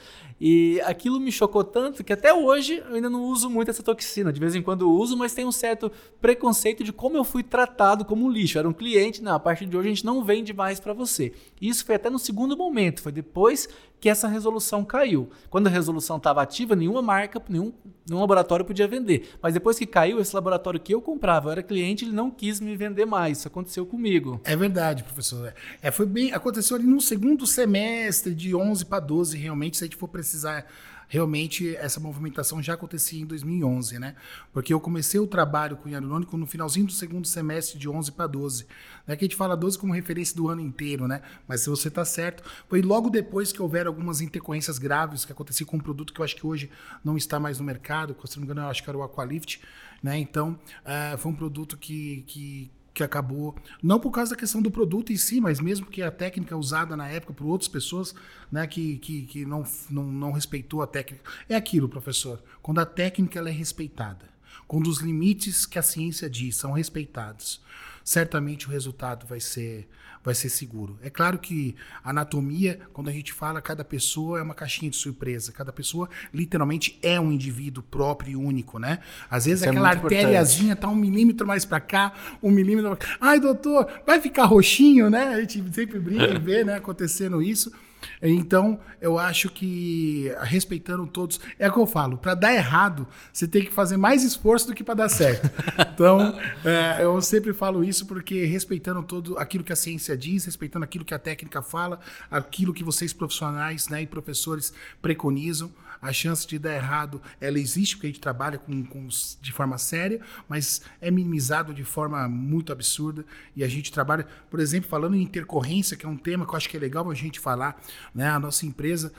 Speaker 1: E aquilo me chocou tanto que até hoje eu ainda não uso muito essa toxina. De vez em quando eu uso, mas tem um certo preconceito de como eu fui tratado como um lixo. Era um cliente, não, a partir de hoje a gente não vende mais para você. Isso foi até no segundo momento, foi depois que essa resolução caiu. Quando a resolução estava ativa, nenhuma marca, nenhum laboratório podia vender. Mas depois que caiu, esse laboratório que eu comprava, eu era cliente, ele não quis me vender mais. Isso aconteceu comigo.
Speaker 2: É verdade, professor. Aconteceu ali no segundo semestre, de 11 para 12, realmente, se a gente for precisar. Realmente, essa movimentação já acontecia em 2011, né? Porque eu comecei o trabalho com o hialurônico no finalzinho do segundo semestre, de 11 para 12. Não é que a gente fala 12 como referência do ano inteiro, né? Mas se você está certo, foi logo depois que houveram algumas intercorrências graves que aconteciam com um produto que eu acho que hoje não está mais no mercado, se não me engano, eu acho que era o Aqualift, né? Então, foi um produto que acabou, não por causa da questão do produto em si, mas mesmo que a técnica usada na época por outras pessoas, né, que não respeitou a técnica. É aquilo, professor, quando a técnica ela é respeitada, quando os limites que a ciência diz são respeitados, certamente o resultado vai ser seguro. É claro que a anatomia, quando a gente fala, cada pessoa é uma caixinha de surpresa. Cada pessoa, literalmente, é um indivíduo próprio e único, né? Às vezes aquela artériazinha tá 1 milímetro mais para cá, 1 milímetro mais... Ai, doutor, vai ficar roxinho, né? A gente sempre brinca e vê, né, acontecendo isso. Então, eu acho que, respeitando todos, é o que eu falo, para dar errado, você tem que fazer mais esforço do que para dar certo. Então, eu sempre falo isso porque respeitando todo aquilo que a ciência diz, respeitando aquilo que a técnica fala, aquilo que vocês profissionais, né, e professores preconizam, a chance de dar errado, ela existe porque a gente trabalha de forma séria, mas é minimizado de forma muito absurda e a gente trabalha, por exemplo, falando em intercorrência, que é um tema que eu acho que é legal a gente falar, né? A nossa empresa,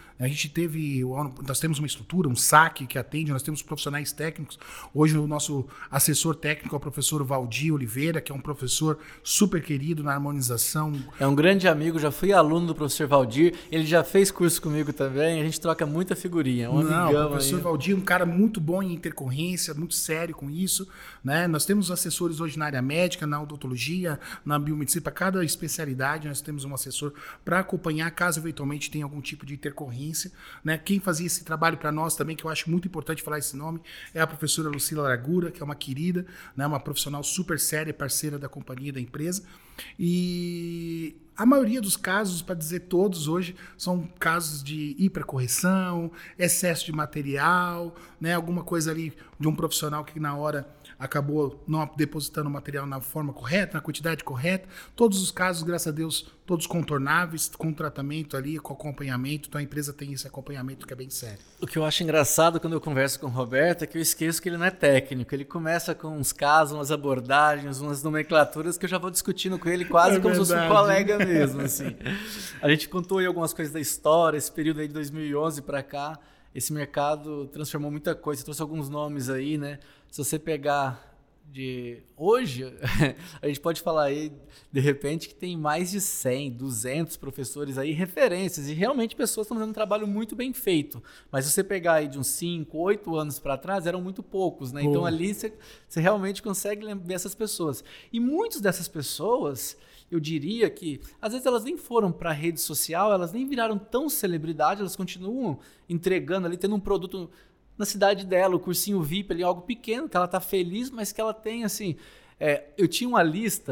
Speaker 2: nós temos uma estrutura, um SAC que atende, nós temos profissionais técnicos. Hoje o nosso assessor técnico é o professor Valdir Oliveira, que é um professor super querido na harmonização.
Speaker 1: É um grande amigo, já fui aluno do professor Valdir, ele já fez curso comigo também, a gente troca muita figurinha.
Speaker 2: O professor Valdir, um cara muito bom em intercorrência, muito sério com isso, né? Nós temos assessores hoje na área médica, na odontologia, na biomedicina, para cada especialidade nós temos um assessor para acompanhar caso eventualmente tenha algum tipo de intercorrência, né? Quem fazia esse trabalho para nós também, que eu acho muito importante falar esse nome, é a professora Lucila Laragura, que é uma querida, né? Uma profissional super séria, parceira da companhia, da empresa. E a maioria dos casos, para dizer todos hoje, são casos de hipercorreção, excesso de material, né? Alguma coisa ali de um profissional que na hora acabou não depositando o material na forma correta, na quantidade correta. Todos os casos, graças a Deus, todos contornáveis, com tratamento ali, com acompanhamento. Então a empresa tem esse acompanhamento que é bem sério.
Speaker 1: O que eu acho engraçado quando eu converso com o Roberto é que eu esqueço que ele não é técnico. Ele começa com uns casos, umas abordagens, umas nomenclaturas que eu já vou discutindo com ele quase como se fosse um colega mesmo. Assim. A gente contou aí algumas coisas da história, esse período aí de 2011 para cá. Esse mercado transformou muita coisa. Você trouxe alguns nomes aí, né? Se você pegar de hoje, a gente pode falar aí, de repente, que tem mais de 100, 200 professores aí, referências, e realmente pessoas estão fazendo um trabalho muito bem feito. Mas se você pegar aí de uns 5, 8 anos para trás, eram muito poucos, né? Então ali você realmente consegue ver essas pessoas. E muitas dessas pessoas, eu diria que, às vezes elas nem foram para a rede social, elas nem viraram tão celebridade, elas continuam entregando ali, tendo um produto na cidade dela, o cursinho VIP ali, algo pequeno, que ela tá feliz, mas que ela tem, assim... eu tinha uma lista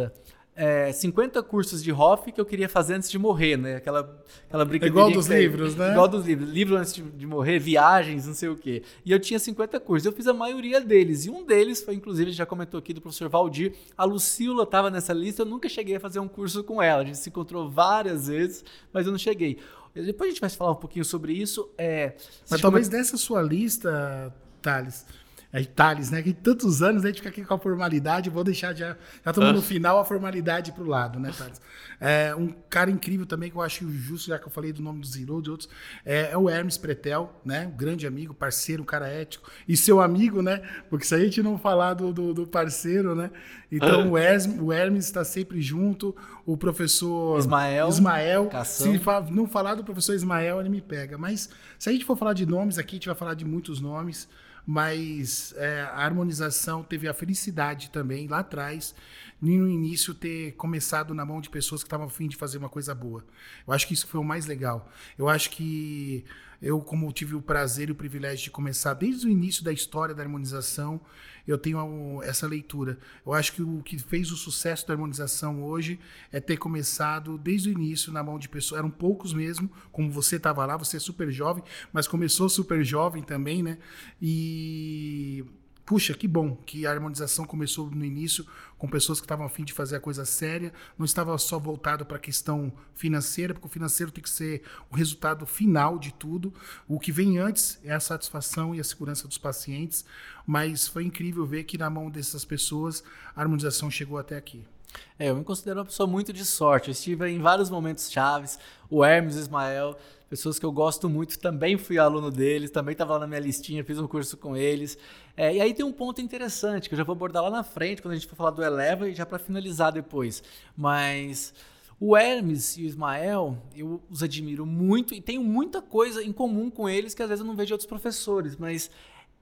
Speaker 1: 50 cursos de Hoff que eu queria fazer antes de morrer, né? Aquela brincadeirinha.
Speaker 2: Igual dos livros, né?
Speaker 1: Igual dos livros. Livro antes de morrer, viagens, não sei o quê. E eu tinha 50 cursos. Eu fiz a maioria deles. E um deles foi, inclusive, a gente já comentou aqui, do professor Valdir. A Lucila estava nessa lista. Eu nunca cheguei a fazer um curso com ela. A gente se encontrou várias vezes, mas eu não cheguei. Depois a gente vai falar um pouquinho sobre isso.
Speaker 2: Mas talvez dessa sua lista, Thales, né? Que tantos anos a gente fica aqui com a formalidade, vou deixar já estamos no final a formalidade pro lado, né, Thales? Um cara incrível também que eu acho justo, já que eu falei do nome do Zero, de outros, é o Hermes Pretel, né? Um grande amigo, parceiro, um cara ético, e seu amigo, né? Porque se a gente não falar do parceiro, né? Então o Hermes está sempre junto, o professor Ismael se não falar do professor Ismael, ele me pega, mas se a gente for falar de nomes aqui, a gente vai falar de muitos nomes, mas a harmonização teve a felicidade também, lá atrás, no início, ter começado na mão de pessoas que estavam a fim de fazer uma coisa boa. Eu acho que isso foi o mais legal. Eu acho que eu, como tive o prazer e o privilégio de começar desde o início da história da harmonização, eu tenho essa leitura. Eu acho que o que fez o sucesso da harmonização hoje é ter começado desde o início na mão de pessoas, eram poucos mesmo, como você estava lá, você é super jovem, mas começou super jovem também, né? E puxa, que bom que a harmonização começou no início com pessoas que estavam a fim de fazer a coisa séria, não estava só voltado para a questão financeira, porque o financeiro tem que ser o resultado final de tudo. O que vem antes é a satisfação e a segurança dos pacientes, mas foi incrível ver que na mão dessas pessoas a harmonização chegou até aqui.
Speaker 1: Eu me considero uma pessoa muito de sorte. Eu estive em vários momentos chaves. O Hermes e o Ismael, pessoas que eu gosto muito, também fui aluno deles, também estava lá na minha listinha, fiz um curso com eles. E aí tem um ponto interessante, que eu já vou abordar lá na frente, quando a gente for falar do Eleva, e já para finalizar depois. Mas o Hermes e o Ismael, eu os admiro muito e tenho muita coisa em comum com eles que às vezes eu não vejo de outros professores, mas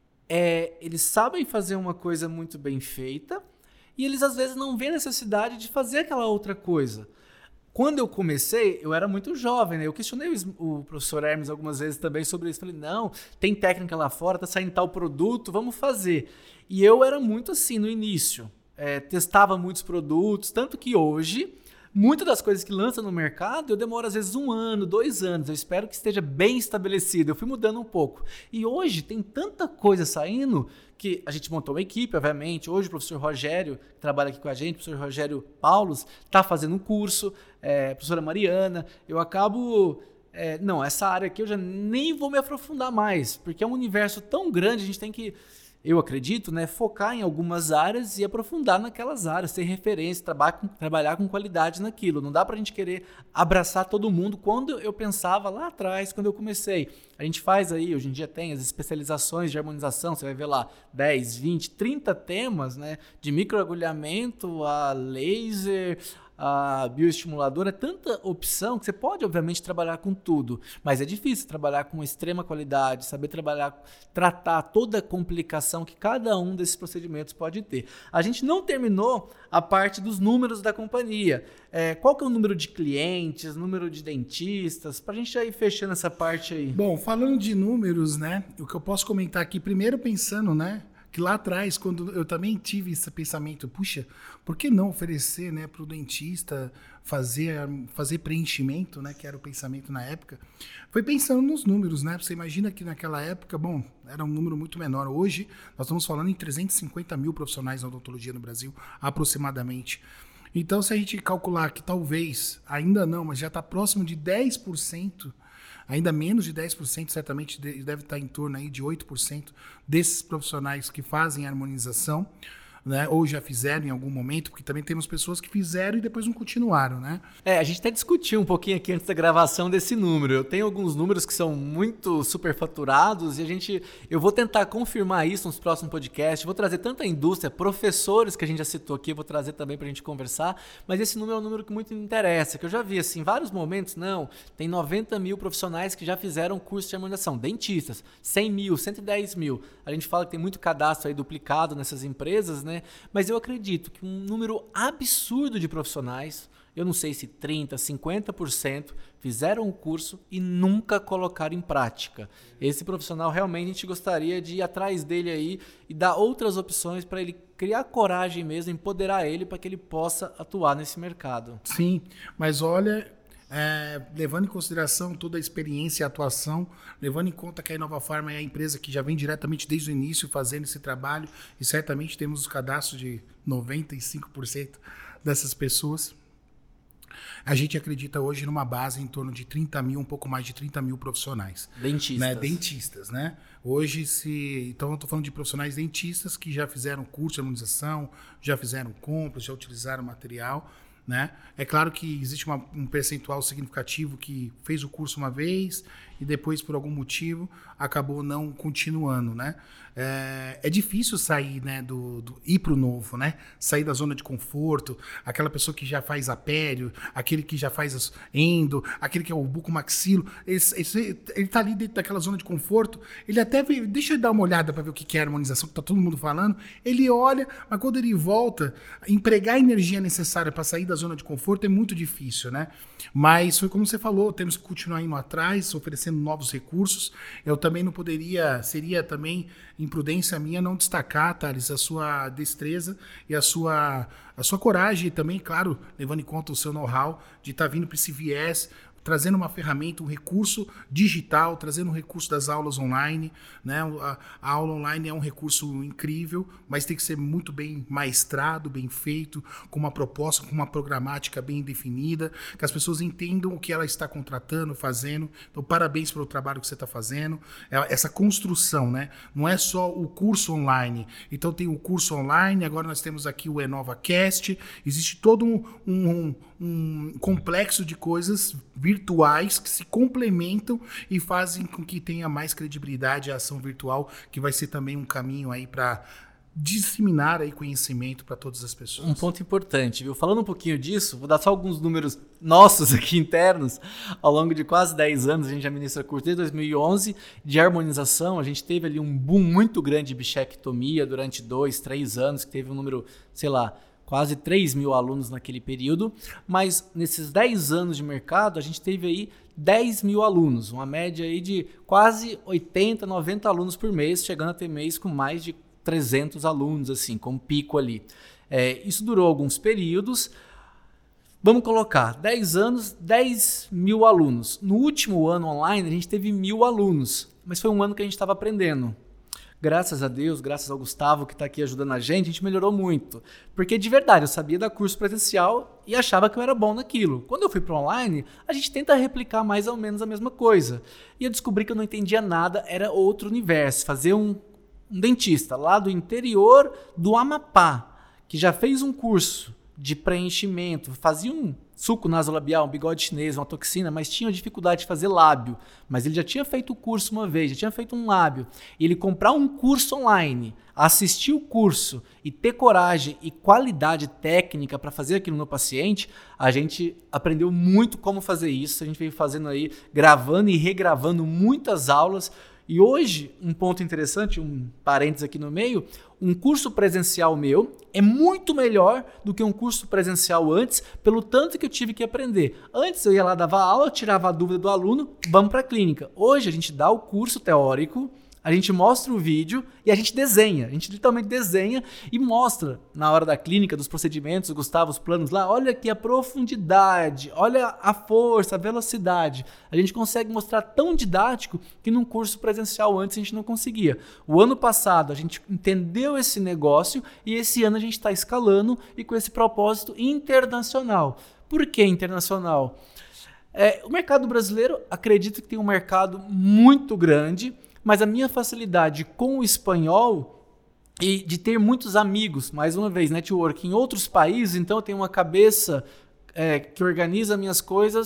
Speaker 1: eles sabem fazer uma coisa muito bem feita, e eles às vezes não veem necessidade de fazer aquela outra coisa. Quando eu comecei, eu era muito jovem, né? Eu questionei o professor Hermes algumas vezes também sobre isso. Falei, não, tem técnica lá fora, tá saindo tal produto, vamos fazer. E eu era muito assim no início. Testava muitos produtos, tanto que hoje, muitas das coisas que lança no mercado, eu demoro às vezes 1 ano, 2 anos. Eu espero que esteja bem estabelecido. Eu fui mudando um pouco. E hoje tem tanta coisa saindo que a gente montou uma equipe, obviamente. Hoje o professor Rogério, que trabalha aqui com a gente, o professor Rogério Paulos, está fazendo um curso, a professora Mariana. Eu acabo... não, essa área aqui eu já nem vou me aprofundar mais, porque é um universo tão grande, a gente tem que, eu acredito, né, focar em algumas áreas e aprofundar naquelas áreas, ter referência, trabalhar com qualidade naquilo. Não dá pra gente querer abraçar todo mundo. Quando eu pensava lá atrás, quando eu comecei, a gente faz aí, hoje em dia tem as especializações de harmonização, você vai ver lá 10, 20, 30 temas, né, de microagulhamento a laser, a bioestimuladora, é tanta opção que você pode, obviamente, trabalhar com tudo, mas é difícil trabalhar com extrema qualidade, saber tratar toda a complicação que cada um desses procedimentos pode ter. A gente não terminou a parte dos números da companhia. Qual que é o número de clientes, número de dentistas, para a gente já ir fechando essa parte aí?
Speaker 2: Bom, falando de números, né, o que eu posso comentar aqui, primeiro pensando, né, que lá atrás, quando eu também tive esse pensamento, puxa, por que não oferecer, né, para o dentista fazer preenchimento, né, que era o pensamento na época, foi pensando nos números, né? Você imagina que naquela época, bom, era um número muito menor. Hoje, nós estamos falando em 350 mil profissionais na odontologia no Brasil, aproximadamente. Então, se a gente calcular que talvez, ainda não, mas já está próximo de 10%, ainda menos de 10%, certamente deve estar em torno aí de 8% desses profissionais que fazem harmonização, né, ou já fizeram em algum momento, porque também temos pessoas que fizeram e depois não continuaram, né?
Speaker 1: A gente até discutiu um pouquinho aqui antes da gravação desse número. Eu tenho alguns números que são muito superfaturados e eu vou tentar confirmar isso nos próximos podcasts. Vou trazer tanto a indústria, professores que a gente já citou aqui, eu vou trazer também para a gente conversar, mas esse número é um número que muito me interessa, que eu já vi assim, em vários momentos, tem 90 mil profissionais que já fizeram curso de harmonização, dentistas, 100 mil, 110 mil. A gente fala que tem muito cadastro aí duplicado nessas empresas, né? Mas eu acredito que um número absurdo de profissionais eu não sei se 30%, 50% fizeram o curso e nunca colocaram em prática. Esse profissional realmente a gente gostaria de ir atrás dele aí e dar outras opções para ele criar coragem mesmo, empoderar ele para que ele possa atuar nesse mercado.
Speaker 2: Sim, mas olha, levando em consideração toda a experiência e atuação, levando em conta que a Inova Pharma é a empresa que já vem diretamente desde o início fazendo esse trabalho e certamente temos os cadastros de 95% dessas pessoas, a gente acredita hoje numa base em torno de 30 mil, um pouco mais de 30 mil profissionais.
Speaker 1: Dentistas.
Speaker 2: Né? Dentistas, né? Hoje, então eu estou falando de profissionais dentistas que já fizeram curso de harmonização, já fizeram compras, já utilizaram material, né? É claro que existe um percentual significativo que fez o curso uma vez e depois, por algum motivo, acabou não continuando, né? É difícil sair, né, ir para o novo, né? Sair da zona de conforto, aquela pessoa que já faz apério, aquele que já faz endo, aquele que é o bucomaxilo, ele está ali dentro daquela zona de conforto, ele até deixa eu dar uma olhada para ver o que é a harmonização, que está todo mundo falando, ele olha, mas quando ele volta, empregar a energia necessária para sair da zona de conforto é muito difícil, né? Mas foi como você falou, temos que continuar indo atrás, oferecendo novos recursos. Eu também não poderia, seria também imprudência minha não destacar, Thales, a sua destreza e a sua coragem e também, claro, levando em conta o seu know-how de estar vindo para esse viés, trazendo uma ferramenta, um recurso digital, trazendo um recurso das aulas online, né? A aula online é um recurso incrível, mas tem que ser muito bem maestrado, bem feito, com uma proposta, com uma programática bem definida, que as pessoas entendam o que ela está contratando, fazendo. Então, parabéns pelo trabalho que você está fazendo. Essa construção, né? Não é só o curso online. Então, tem o curso online, agora nós temos aqui o EnovaCast, existe todo um complexo de coisas virtuais que se complementam e fazem com que tenha mais credibilidade a ação virtual, que vai ser também um caminho aí para disseminar aí conhecimento para todas as pessoas.
Speaker 1: Um ponto importante, viu? Falando um pouquinho disso, vou dar só alguns números nossos aqui internos. Ao longo de quase 10 anos, a gente já ministra curso desde 2011 de harmonização. A gente teve ali um boom muito grande de bichectomia durante 2, 3 anos, que teve um número, sei lá, quase 3 mil alunos naquele período, mas nesses 10 anos de mercado, a gente teve aí 10 mil alunos, uma média aí de quase 80, 90 alunos por mês, chegando a ter mês com mais de 300 alunos, assim, com pico ali. Isso durou alguns períodos. Vamos colocar 10 anos, 10 mil alunos. No último ano online, a gente teve 1.000 alunos, mas foi um ano que a gente estava aprendendo. Graças a Deus, graças ao Gustavo que está aqui ajudando a gente melhorou muito. Porque de verdade, eu sabia dar curso presencial e achava que eu era bom naquilo. Quando eu fui para online, a gente tenta replicar mais ou menos a mesma coisa. E eu descobri que eu não entendia nada, era outro universo. Fazer um dentista lá do interior do Amapá, que já fez um curso de preenchimento, fazia um suco nasolabial, um bigode chinês, uma toxina, mas tinha dificuldade de fazer lábio. Mas ele já tinha feito o curso uma vez, já tinha feito um lábio. E ele comprar um curso online, assistir o curso e ter coragem e qualidade técnica para fazer aquilo no paciente, a gente aprendeu muito como fazer isso. A gente veio fazendo aí, gravando e regravando muitas aulas. E hoje, um ponto interessante, um parênteses aqui no meio, um curso presencial meu é muito melhor do que um curso presencial antes, pelo tanto que eu tive que aprender. Antes eu ia lá, dava aula, tirava a dúvida do aluno, vamos para a clínica. Hoje a gente dá o curso teórico, a gente mostra o vídeo e a gente desenha. A gente literalmente desenha e mostra na hora da clínica, dos procedimentos, Gustavo, os planos lá. Olha aqui a profundidade, olha a força, a velocidade. A gente consegue mostrar tão didático que num curso presencial antes a gente não conseguia. O ano passado a gente entendeu esse negócio e esse ano a gente está escalando e com esse propósito internacional. Por que internacional? O mercado brasileiro, acredito que tem um mercado muito grande, mas a minha facilidade com o espanhol e de ter muitos amigos, mais uma vez, network em outros países, então eu tenho uma cabeça que organiza minhas coisas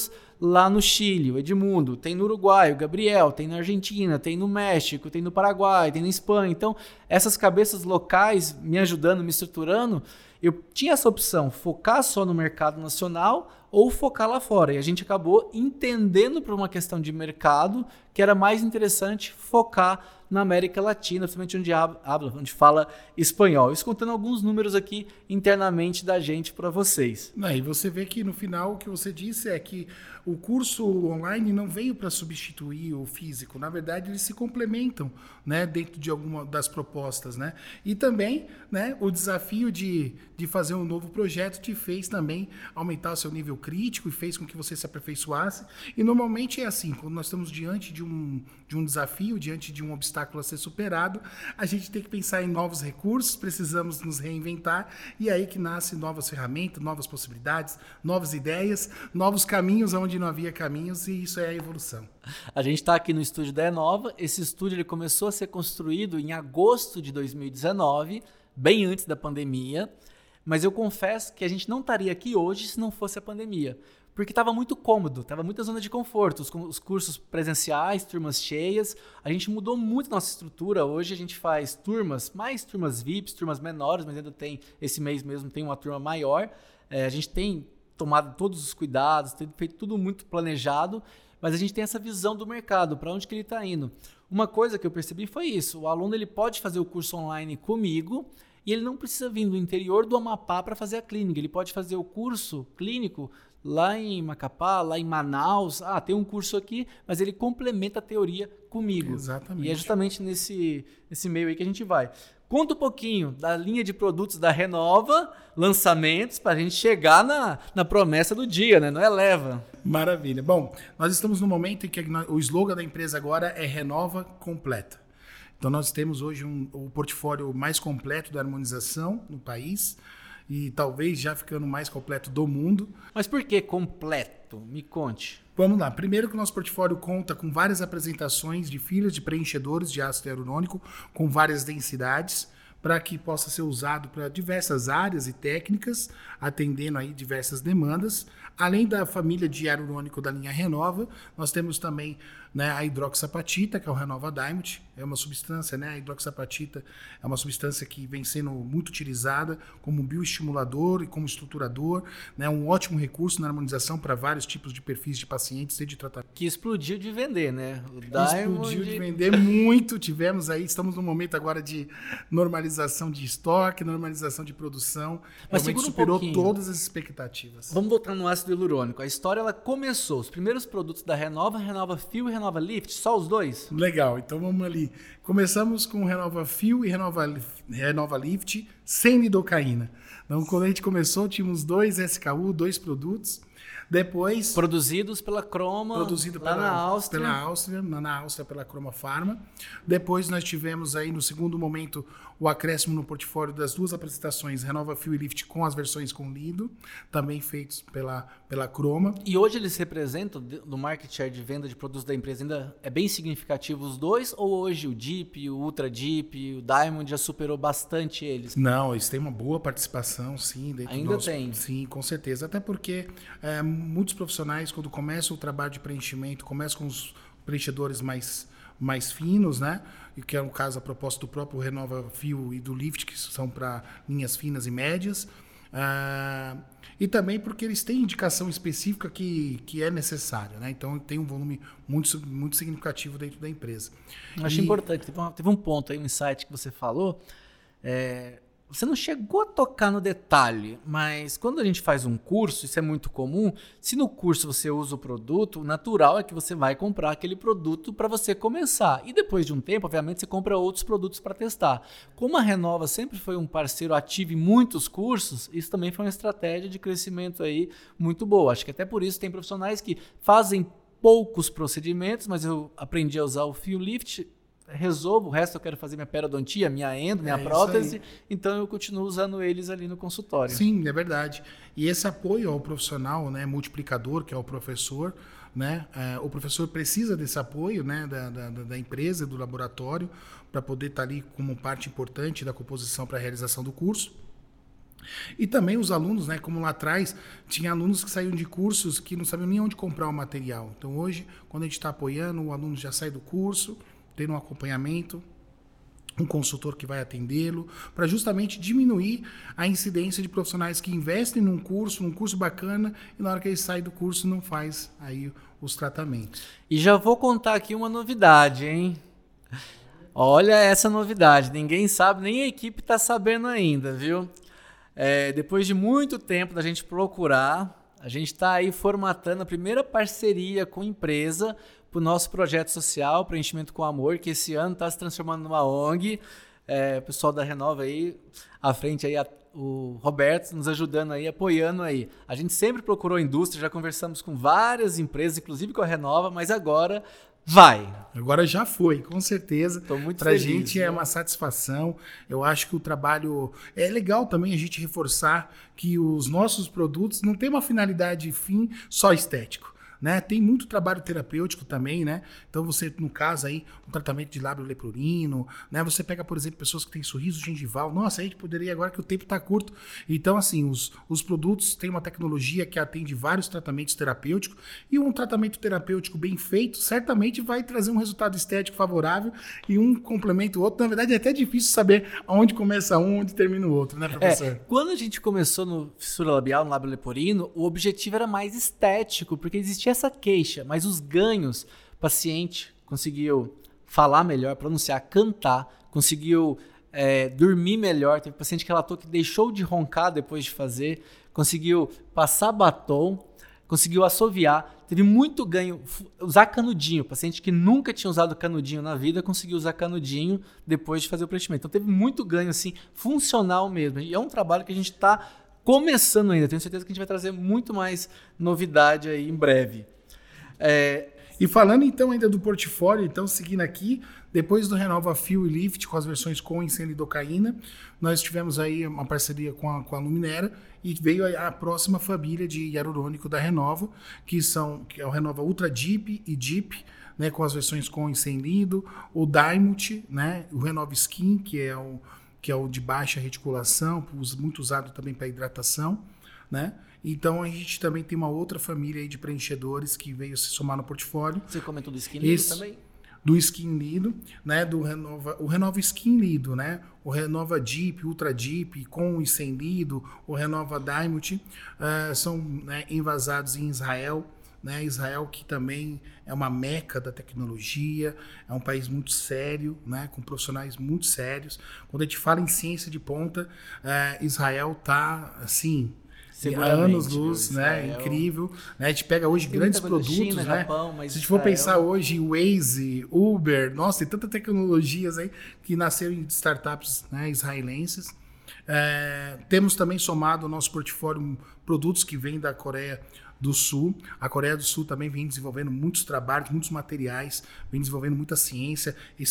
Speaker 1: lá no Chile, o Edmundo, tem no Uruguai, o Gabriel, tem na Argentina, tem no México, tem no Paraguai, tem na Espanha. Então, essas cabeças locais me ajudando, me estruturando, eu tinha essa opção, focar só no mercado nacional ou focar lá fora. E a gente acabou entendendo por uma questão de mercado que era mais interessante focar na América Latina, principalmente onde fala espanhol. Isso contando alguns números aqui internamente da gente para vocês.
Speaker 2: E você vê que no final o que você disse é que o curso online não veio para substituir o físico. Na verdade, eles se complementam, né, dentro de alguma das propostas, né? E também, né, o desafio de fazer um novo projeto te fez também aumentar o seu nível crítico e fez com que você se aperfeiçoasse. E normalmente é assim, quando nós estamos diante de um desafio, diante de um obstáculo a ser superado, a gente tem que pensar em novos recursos, precisamos nos reinventar, e é aí que nascem novas ferramentas, novas possibilidades, novas ideias, novos caminhos onde não havia caminhos, e isso é a evolução.
Speaker 1: A gente está aqui no estúdio da Enova. Esse estúdio ele começou a ser construído em agosto de 2019, bem antes da pandemia, mas eu confesso que a gente não estaria aqui hoje se não fosse a pandemia, porque estava muito cômodo, estava muita zona de conforto, os cursos presenciais, turmas cheias, a gente mudou muito a nossa estrutura. Hoje a gente faz mais turmas VIPs, turmas menores, mas ainda tem, esse mês mesmo tem uma turma maior. A gente tem tomado todos os cuidados, tem feito tudo muito planejado, mas a gente tem essa visão do mercado, para onde que ele está indo. Uma coisa que eu percebi foi isso: o aluno ele pode fazer o curso online comigo e ele não precisa vir do interior do Amapá para fazer a clínica, ele pode fazer o curso clínico lá em Macapá, lá em Manaus. Tem um curso aqui, mas ele complementa a teoria comigo.
Speaker 2: Exatamente.
Speaker 1: E é justamente nesse meio aí que a gente vai. Conta um pouquinho da linha de produtos da Renova, lançamentos, para a gente chegar na promessa do dia, né? Não é leva.
Speaker 2: Maravilha. Bom, nós estamos no momento em que o slogan da empresa agora é Renova Completa. Então nós temos hoje o portfólio mais completo da harmonização no país e talvez já ficando mais completo do mundo.
Speaker 1: Mas por que completo? Me conte.
Speaker 2: Vamos lá. Primeiro que o nosso portfólio conta com várias apresentações de filas de preenchedores de ácido hialurônico com várias densidades, para que possa ser usado para diversas áreas e técnicas, atendendo aí diversas demandas. Além da família de hialurônico da linha Renova, nós temos também, né, a hidroxapatita, que é o Renova Diamond. É uma substância, né, a hidroxapatita é uma substância que vem sendo muito utilizada como bioestimulador e como estruturador, né, um ótimo recurso na harmonização para vários tipos de perfis de pacientes e de tratamento.
Speaker 1: Que explodiu de vender, né? O
Speaker 2: Diamond... Explodiu de vender muito. Tivemos aí, estamos no momento agora de normalização de estoque, normalização de produção.
Speaker 1: Mas
Speaker 2: realmente superou todas as expectativas.
Speaker 1: Vamos voltar no ácido hialurônico. A história ela começou. Os primeiros produtos da Renova, Renova Feel e Renova Lift, só os dois?
Speaker 2: Legal, então vamos ali. Começamos com Renova Feel e Renova Lift sem lidocaína. Então, quando a gente começou, tínhamos 2 SKU, 2 produtos. Depois...
Speaker 1: Produzidos pela Croma, na Áustria.
Speaker 2: Na Áustria pela Croma Pharma. Depois nós tivemos aí, no segundo momento, o acréscimo no portfólio das 2 apresentações, Renova Feel e Lift com as versões com lido, também feitos pela Croma.
Speaker 1: E hoje eles representam, do market share de venda de produtos da empresa, ainda é bem significativo os dois? Ou hoje o Deep, o Ultra Deep, o Diamond já superou bastante eles?
Speaker 2: Não, eles têm uma boa participação, sim.
Speaker 1: Ainda tem?
Speaker 2: Sim, com certeza. Até porque... muitos profissionais, quando começam o trabalho de preenchimento, começam com os preenchedores mais finos, né? E que é o caso, a proposta do próprio Renova Feel e do Lift, que são para linhas finas e médias. E também porque eles têm indicação específica que é necessária, né? Então tem um volume muito, muito significativo dentro da empresa.
Speaker 1: Acho importante, teve um ponto aí, um insight que você falou. Você não chegou a tocar no detalhe, mas quando a gente faz um curso, isso é muito comum, se no curso você usa o produto, o natural é que você vai comprar aquele produto para você começar. E depois de um tempo, obviamente, você compra outros produtos para testar. Como a Renova sempre foi um parceiro ativo em muitos cursos, isso também foi uma estratégia de crescimento aí muito boa. Acho que até por isso tem profissionais que fazem poucos procedimentos, mas eu aprendi a usar o Feel Lift, resolvo, o resto eu quero fazer minha periodontia, minha endo, minha prótese, então eu continuo usando eles ali no consultório.
Speaker 2: Sim, é verdade. E esse apoio ao profissional, né, multiplicador, que é o professor, né, o professor precisa desse apoio, né, da empresa, do laboratório, para poder estar ali como parte importante da composição para a realização do curso. E também os alunos, né, como lá atrás, tinha alunos que saíam de cursos que não sabiam nem onde comprar o material. Então hoje, quando a gente está apoiando, o aluno já sai do curso, tendo um acompanhamento, um consultor que vai atendê-lo, para justamente diminuir a incidência de profissionais que investem num curso bacana, e na hora que ele sai do curso não faz aí os tratamentos.
Speaker 1: E já vou contar aqui uma novidade, hein? Olha essa novidade, ninguém sabe, nem a equipe está sabendo ainda, viu? Depois de muito tempo da gente procurar, a gente está aí formatando a primeira parceria com empresa para o nosso projeto social, Preenchimento com Amor, que esse ano está se transformando numa ONG. O pessoal da Renova aí, à frente aí, o Roberto nos ajudando aí, apoiando aí. A gente sempre procurou indústria, já conversamos com várias empresas, inclusive com a Renova, mas agora vai.
Speaker 2: Agora já foi, com certeza.
Speaker 1: Estou muito
Speaker 2: Pra
Speaker 1: feliz.
Speaker 2: gente é uma satisfação. Eu acho que o trabalho... É legal também a gente reforçar que os nossos produtos não têm uma finalidade fim só estético, né? Tem muito trabalho terapêutico também, né? Então você, no caso aí, um tratamento de lábio leporino, né? Você pega, por exemplo, pessoas que têm sorriso gengival. Nossa, a gente poderia agora que o tempo está curto. Então, assim, os produtos têm uma tecnologia que atende vários tratamentos terapêuticos, e um tratamento terapêutico bem feito certamente vai trazer um resultado estético favorável, e um complementa o outro. Na verdade, é até difícil saber aonde começa um, onde termina o outro, né, professor?
Speaker 1: Quando a gente começou no fissura labial, no lábio leporino, o objetivo era mais estético, porque existia essa queixa, mas os ganhos, o paciente conseguiu falar melhor, pronunciar, cantar, conseguiu dormir melhor. Teve paciente que relatou que deixou de roncar depois de fazer, conseguiu passar batom, conseguiu assoviar, teve muito ganho, usar canudinho. Paciente que nunca tinha usado canudinho na vida conseguiu usar canudinho depois de fazer o preenchimento. Então teve muito ganho assim, funcional mesmo. E é um trabalho que a gente está começando ainda. Tenho certeza que a gente vai trazer muito mais novidade aí em breve.
Speaker 2: E falando então ainda do portfólio, então seguindo aqui, depois do Renova Feel e Lift com as versões com e sem lidocaína, nós tivemos aí uma parceria com a Luminera, e veio a próxima família de hialurônico da Renova, que é o Renova Ultra Deep e Deep, né, com as versões com e sem lido, o Dymut, né, o Renova Skin, que é o de baixa reticulação, muito usado também para hidratação, né? Então a gente também tem uma outra família aí de preenchedores que veio se somar no portfólio.
Speaker 1: Você comentou do Skin Lido também?
Speaker 2: Do Skin Lido, né? O Renova Skin Lido, né? O Renova Deep, Ultra Deep, com e sem lido, o Renova Dymut, são, né, envasados em Israel. Né? Israel, que também é uma meca da tecnologia, é um país muito sério, né? Com profissionais muito sérios. Quando a gente fala em ciência de ponta, Israel está assim, anos-luz, né? Incrível. Né? A gente pega hoje grandes produtos, China, né? Japão, mas se a gente for pensar hoje, Waze, Uber, nossa, tem tantas tecnologias aí que nasceram em startups, né, israelenses. Temos também somado ao nosso portfólio produtos que vêm da Coreia do Sul. A Coreia do Sul também vem desenvolvendo muitos trabalhos, muitos materiais, vem desenvolvendo muita ciência, e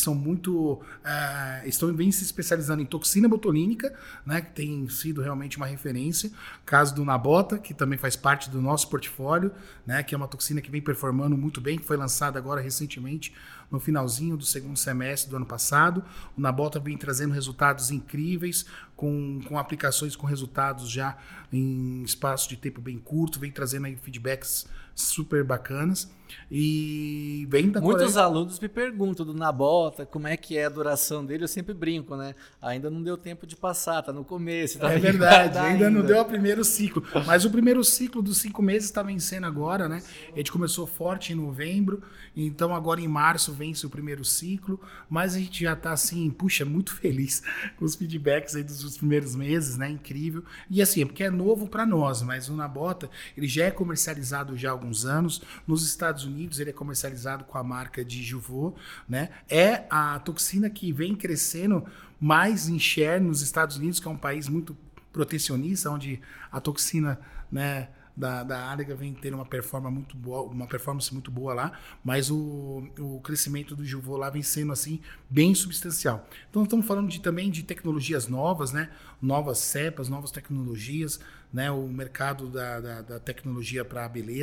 Speaker 2: vem se especializando em toxina botulínica, né, que tem sido realmente uma referência. Caso do Nabota, que também faz parte do nosso portfólio, né, que é uma toxina que vem performando muito bem, que foi lançada agora recentemente, no finalzinho do segundo semestre do ano passado. O Nabota vem trazendo resultados incríveis, com aplicações com resultados já em espaço de tempo bem curto, vem trazendo aí feedbacks super bacanas. E vem da
Speaker 1: Muitos alunos me perguntam do Nabota, como é que é a duração dele. Eu sempre brinco, né? Ainda não deu tempo de passar, tá no começo. Tá
Speaker 2: verdade, ainda não deu o primeiro ciclo. Mas o primeiro ciclo dos 5 meses está vencendo agora, né? A gente começou forte em novembro, então agora em março vence o primeiro ciclo, mas a gente já está assim, puxa, muito feliz com os feedbacks aí dos primeiros meses, né? Incrível. E assim, é porque é novo para nós, mas o Nabota, ele já é comercializado já há alguns anos. Nos Estados Unidos ele é comercializado com a marca de Juvô, né? É a toxina que vem crescendo mais em share nos Estados Unidos, que é um país muito protecionista, onde a toxina, né, da Alga vem ter uma performance muito boa lá, mas o crescimento do Juvô lá vem sendo assim bem substancial. Então estamos falando também de tecnologias novas, né? Novas cepas, novas tecnologias, né? O mercado da tecnologia para a beleza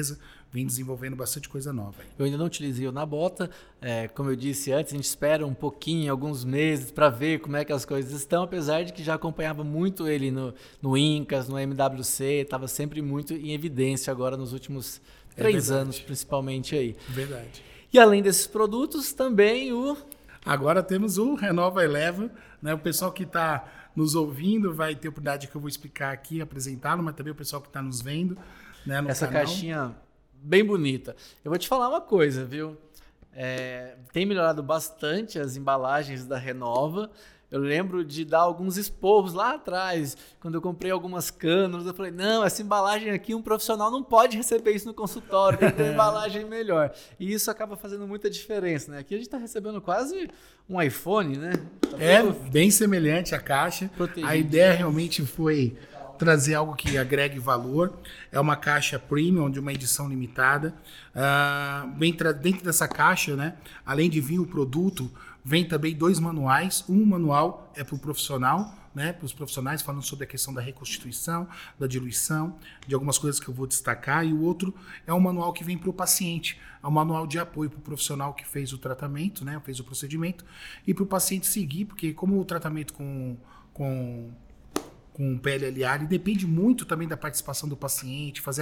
Speaker 2: vem desenvolvendo bastante coisa nova.
Speaker 1: Eu ainda não utilizei o Nabota, como eu disse antes, a gente espera um pouquinho, alguns meses, para ver como é que as coisas estão, apesar de que já acompanhava muito ele no Incas, no MWC, estava sempre muito em evidência agora nos últimos 3 anos, principalmente aí.
Speaker 2: Verdade.
Speaker 1: E além desses produtos, também
Speaker 2: Agora temos o Renova Eleva, né? O pessoal que está nos ouvindo vai ter a oportunidade que eu vou explicar aqui, apresentá-lo, mas também o pessoal que está nos vendo, né, no
Speaker 1: essa
Speaker 2: canal.
Speaker 1: caixinha bem bonita. Eu vou te falar uma coisa, viu? Tem melhorado bastante as embalagens da Renova. Eu lembro de dar alguns esporros lá atrás, quando eu comprei algumas cânulas, eu falei, não, essa embalagem aqui, um profissional não pode receber isso no consultório, tem que ter uma embalagem melhor. E isso acaba fazendo muita diferença, né? Aqui a gente está recebendo quase um iPhone, né? Tá
Speaker 2: bem semelhante à caixa.
Speaker 1: Protegido.
Speaker 2: A ideia realmente foi trazer algo que agregue valor. É uma caixa premium de uma edição limitada. Dentro dessa caixa, né, além de vir o produto, vem também 2 manuais. Um manual é para o profissional, né, para os profissionais, falando sobre a questão da reconstituição, da diluição, de algumas coisas que eu vou destacar. E o outro é um manual que vem para o paciente. É um manual de apoio para o profissional que fez o tratamento, né, fez o procedimento, e para o paciente seguir, porque como o tratamento com PLLA, ele depende muito também da participação do paciente, fazer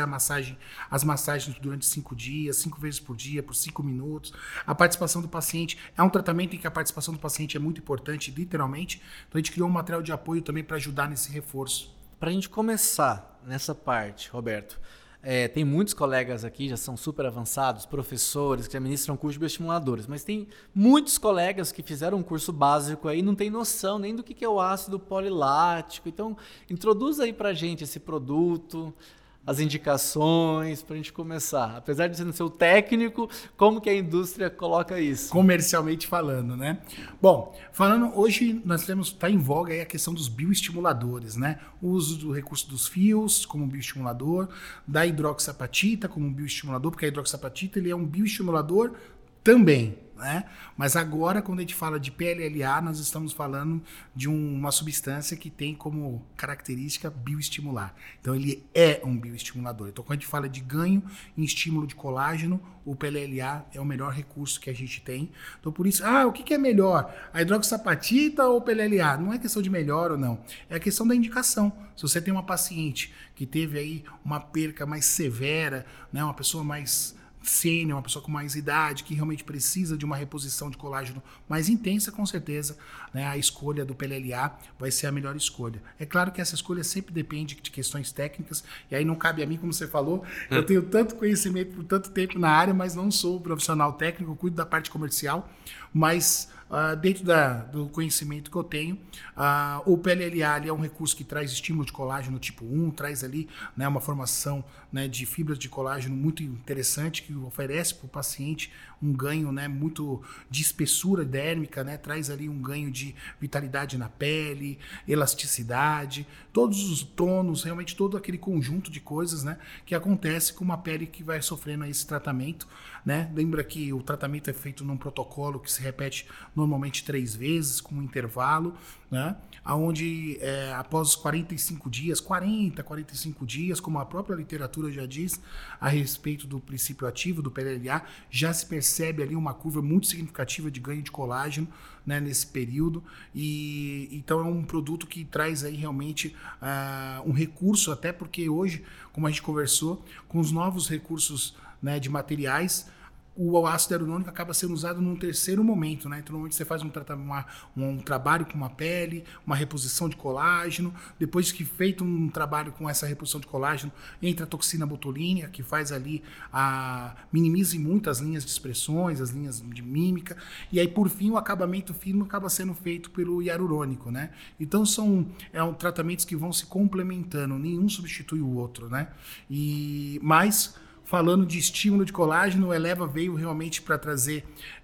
Speaker 2: as massagens durante 5 dias, 5 vezes por dia, por 5 minutos. A participação do paciente é um tratamento em que a participação do paciente é muito importante, literalmente. Então a gente criou um material de apoio também para ajudar nesse reforço.
Speaker 1: Para a gente começar nessa parte, Roberto, tem muitos colegas aqui, já são super avançados, professores que administram curso de bioestimuladores, mas tem muitos colegas que fizeram um curso básico aí e não tem noção nem do que é o ácido polilático. Então, introduz aí para a gente esse produto, as indicações, para a gente começar. Apesar de você não ser o técnico, como que a indústria coloca isso?
Speaker 2: Comercialmente falando, né? Bom, hoje está em voga aí a questão dos bioestimuladores, né? O uso do recurso dos fios como bioestimulador, da hidroxapatita como bioestimulador, porque a hidroxapatita ele é um bioestimulador também, né? Mas agora, quando a gente fala de PLLA, nós estamos falando de uma substância que tem como característica bioestimular. Então, ele é um bioestimulador. Então, quando a gente fala de ganho em estímulo de colágeno, o PLLA é o melhor recurso que a gente tem. Então, por isso, o que é melhor? A hidroxapatita ou o PLLA? Não é questão de melhor ou não. É a questão da indicação. Se você tem uma paciente que teve aí uma perca mais severa, né, uma pessoa mais sênior, uma pessoa com mais idade, que realmente precisa de uma reposição de colágeno mais intensa, com certeza, né, a escolha do PLLA vai ser a melhor escolha. É claro que essa escolha sempre depende de questões técnicas, e aí não cabe a mim, como você falou, eu tenho tanto conhecimento por tanto tempo na área, mas não sou profissional técnico, eu cuido da parte comercial, mas dentro do conhecimento que eu tenho, o PLLA é um recurso que traz estímulo de colágeno tipo 1, traz ali, né, uma formação, né, de fibras de colágeno muito interessante, que oferece para o paciente um ganho, né, muito de espessura dérmica, né, traz ali um ganho de vitalidade na pele, elasticidade, todos os tônus, realmente todo aquele conjunto de coisas, né, que acontece com uma pele que vai sofrendo esse tratamento, né? Lembra que o tratamento é feito num protocolo que se repete normalmente 3 vezes, com um intervalo, né? Onde após os 45 dias, 45 dias, como a própria literatura já diz a respeito do princípio ativo do PLLA, já se percebe ali uma curva muito significativa de ganho de colágeno, né, nesse período, e então é um produto que traz aí realmente um recurso, até porque hoje, como a gente conversou, com os novos recursos, né, de materiais, o ácido hialurônico acaba sendo usado num terceiro momento, né? Então, normalmente você faz um trabalho com uma pele, uma reposição de colágeno. Depois que feito um trabalho com essa reposição de colágeno, entra a toxina botulínica, que faz ali, minimize muito as linhas de expressões, as linhas de mímica. E aí, por fim, o acabamento fino acaba sendo feito pelo hialurônico, né? Então, são tratamentos que vão se complementando, nenhum substitui o outro, né? Mas falando de estímulo de colágeno, o Eleva veio realmente para trazer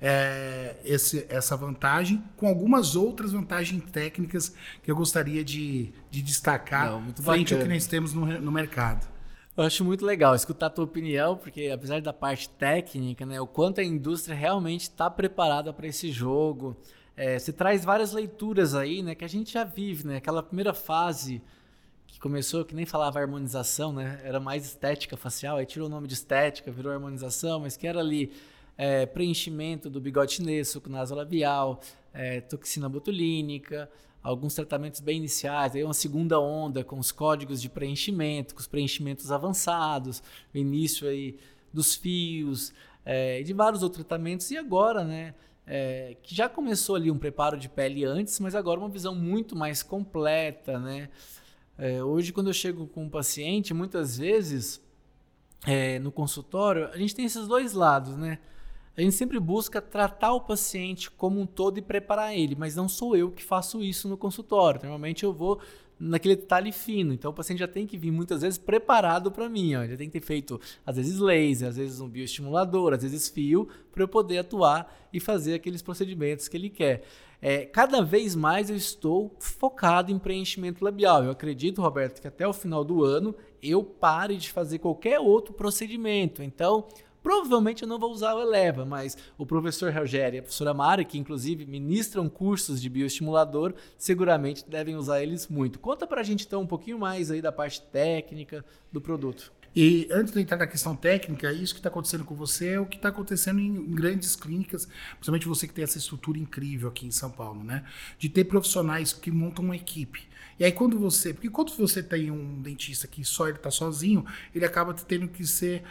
Speaker 2: essa vantagem, com algumas outras vantagens técnicas que eu gostaria de destacar frente ao que nós temos no mercado.
Speaker 1: Eu acho muito legal escutar a tua opinião, porque apesar da parte técnica, né, o quanto a indústria realmente está preparada para esse jogo. Você traz várias leituras aí, né, que a gente já vive, né, aquela primeira fase, que começou que nem falava harmonização, né? Era mais estética facial, aí tirou o nome de estética, virou harmonização, mas que era ali preenchimento do bigode chinês, suco nasolabial, toxina botulínica, alguns tratamentos bem iniciais, aí uma segunda onda com os códigos de preenchimento, com os preenchimentos avançados, o início aí dos fios, de vários outros tratamentos, e agora, né? Que já começou ali um preparo de pele antes, mas agora uma visão muito mais completa, né? Hoje, quando eu chego com um paciente, muitas vezes no consultório, a gente tem esses dois lados, né? A gente sempre busca tratar o paciente como um todo e preparar ele, mas não sou eu que faço isso no consultório. Normalmente eu vou naquele detalhe fino, então o paciente já tem que vir muitas vezes preparado para mim, ó. Já tem que ter feito às vezes laser, às vezes um bioestimulador, às vezes fio, para eu poder atuar e fazer aqueles procedimentos que ele quer. Cada vez mais eu estou focado em preenchimento labial. Eu acredito, Roberto, que até o final do ano eu pare de fazer qualquer outro procedimento. Então, provavelmente eu não vou usar o Eleva, mas o professor Rogério e a professora Mari, que inclusive ministram cursos de bioestimulador, seguramente devem usar eles muito. Conta pra gente então um pouquinho mais aí da parte técnica do produto.
Speaker 2: E antes de entrar na questão técnica, isso que está acontecendo com você é o que está acontecendo em grandes clínicas, principalmente você que tem essa estrutura incrível aqui em São Paulo, né? De ter profissionais que montam uma equipe. E aí porque quando você tem um dentista que só ele está sozinho, ele acaba tendo que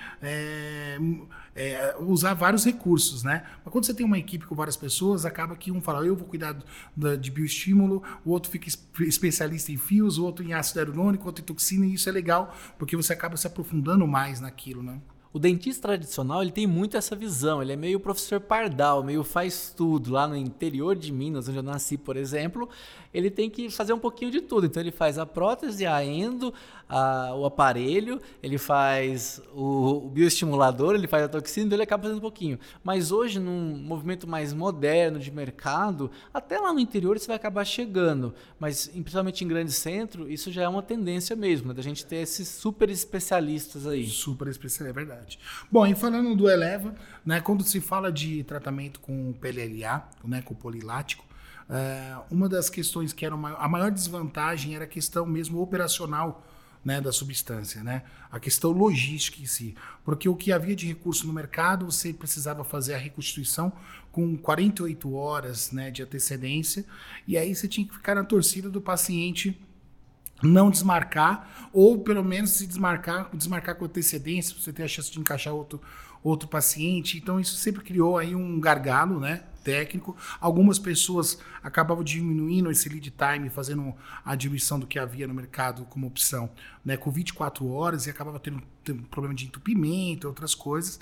Speaker 2: usar vários recursos, né? Mas quando você tem uma equipe com várias pessoas, acaba que um fala, eu vou cuidar de bioestímulo, o outro fica especialista em fios, o outro em ácido hialurônico, o outro em toxina, e isso é legal, porque você acaba se aprofundando mais naquilo, né?
Speaker 1: O dentista tradicional, ele tem muito essa visão, ele é meio professor Pardal, meio faz tudo. Lá no interior de Minas, onde eu nasci, por exemplo, ele tem que fazer um pouquinho de tudo. Então ele faz a prótese, a endo, o aparelho, ele faz o bioestimulador, ele faz a toxina, então ele acaba fazendo um pouquinho. Mas hoje, num movimento mais moderno de mercado, até lá no interior você vai acabar chegando, mas principalmente em grande centro, isso já é uma tendência mesmo, né, da gente ter esses super especialistas aí.
Speaker 2: Super especialista, é verdade. Bom, e falando do Eleva, né, quando se fala de tratamento com PLLA, né, com polilático, uma das questões que era a maior desvantagem era a questão mesmo operacional, né, da substância, né? A questão logística em si. Porque o que havia de recurso no mercado, você precisava fazer a reconstituição com 48 horas, né, de antecedência, e aí você tinha que ficar na torcida do paciente não desmarcar, ou pelo menos se desmarcar com antecedência, para você ter a chance de encaixar outro paciente. Então isso sempre criou aí um gargalo, né, técnico. Algumas pessoas acabavam diminuindo esse lead time, fazendo a diluição do que havia no mercado como opção, né, com 24 horas, e acabava tendo problema de entupimento, outras coisas.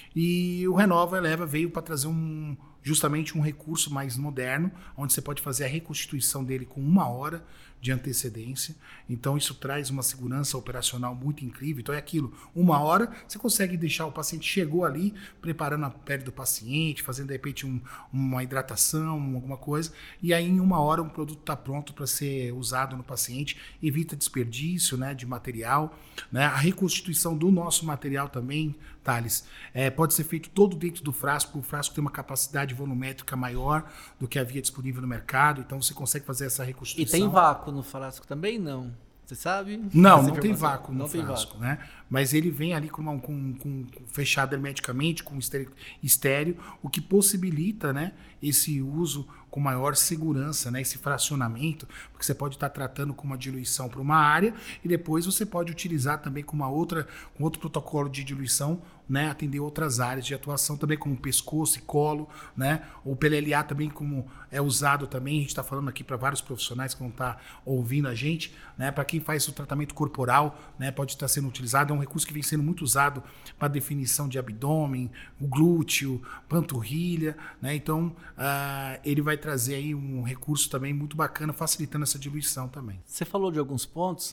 Speaker 2: E o Renova Eleva veio para trazer justamente um recurso mais moderno, onde você pode fazer a reconstituição dele com 1 hora de antecedência. Então isso traz uma segurança operacional muito incrível. Então é aquilo, 1 hora você consegue deixar o paciente, chegou ali, preparando a pele do paciente, fazendo de repente uma hidratação, alguma coisa, e aí em 1 hora o produto está pronto para ser usado no paciente, evita desperdício, né, de material, né? A reconstituição do nosso material também, Thales, pode ser feito todo dentro do frasco. O frasco tem uma capacidade volumétrica maior do que havia disponível no mercado, então você consegue fazer essa reconstituição.
Speaker 1: E tem vácuo no frasco também? Não. Você sabe?
Speaker 2: Não tem vácuo no frasco, né? Mas ele vem ali com fechado hermeticamente, com estéreo, o que possibilita, né, esse uso com maior segurança, né, esse fracionamento, porque você pode estar tratando com uma diluição para uma área e depois você pode utilizar também com outro protocolo de diluição, né, atender outras áreas de atuação também, como pescoço e colo, né? O PLLA também, como é usado também, a gente está falando aqui para vários profissionais que vão estar ouvindo a gente, né? Para quem faz o tratamento corporal, né, pode estar sendo utilizado, é um recurso que vem sendo muito usado para definição de abdômen, o glúteo, panturrilha, né? Então ele vai trazer aí um recurso também muito bacana, facilitando essa diluição também.
Speaker 1: Você falou de alguns pontos,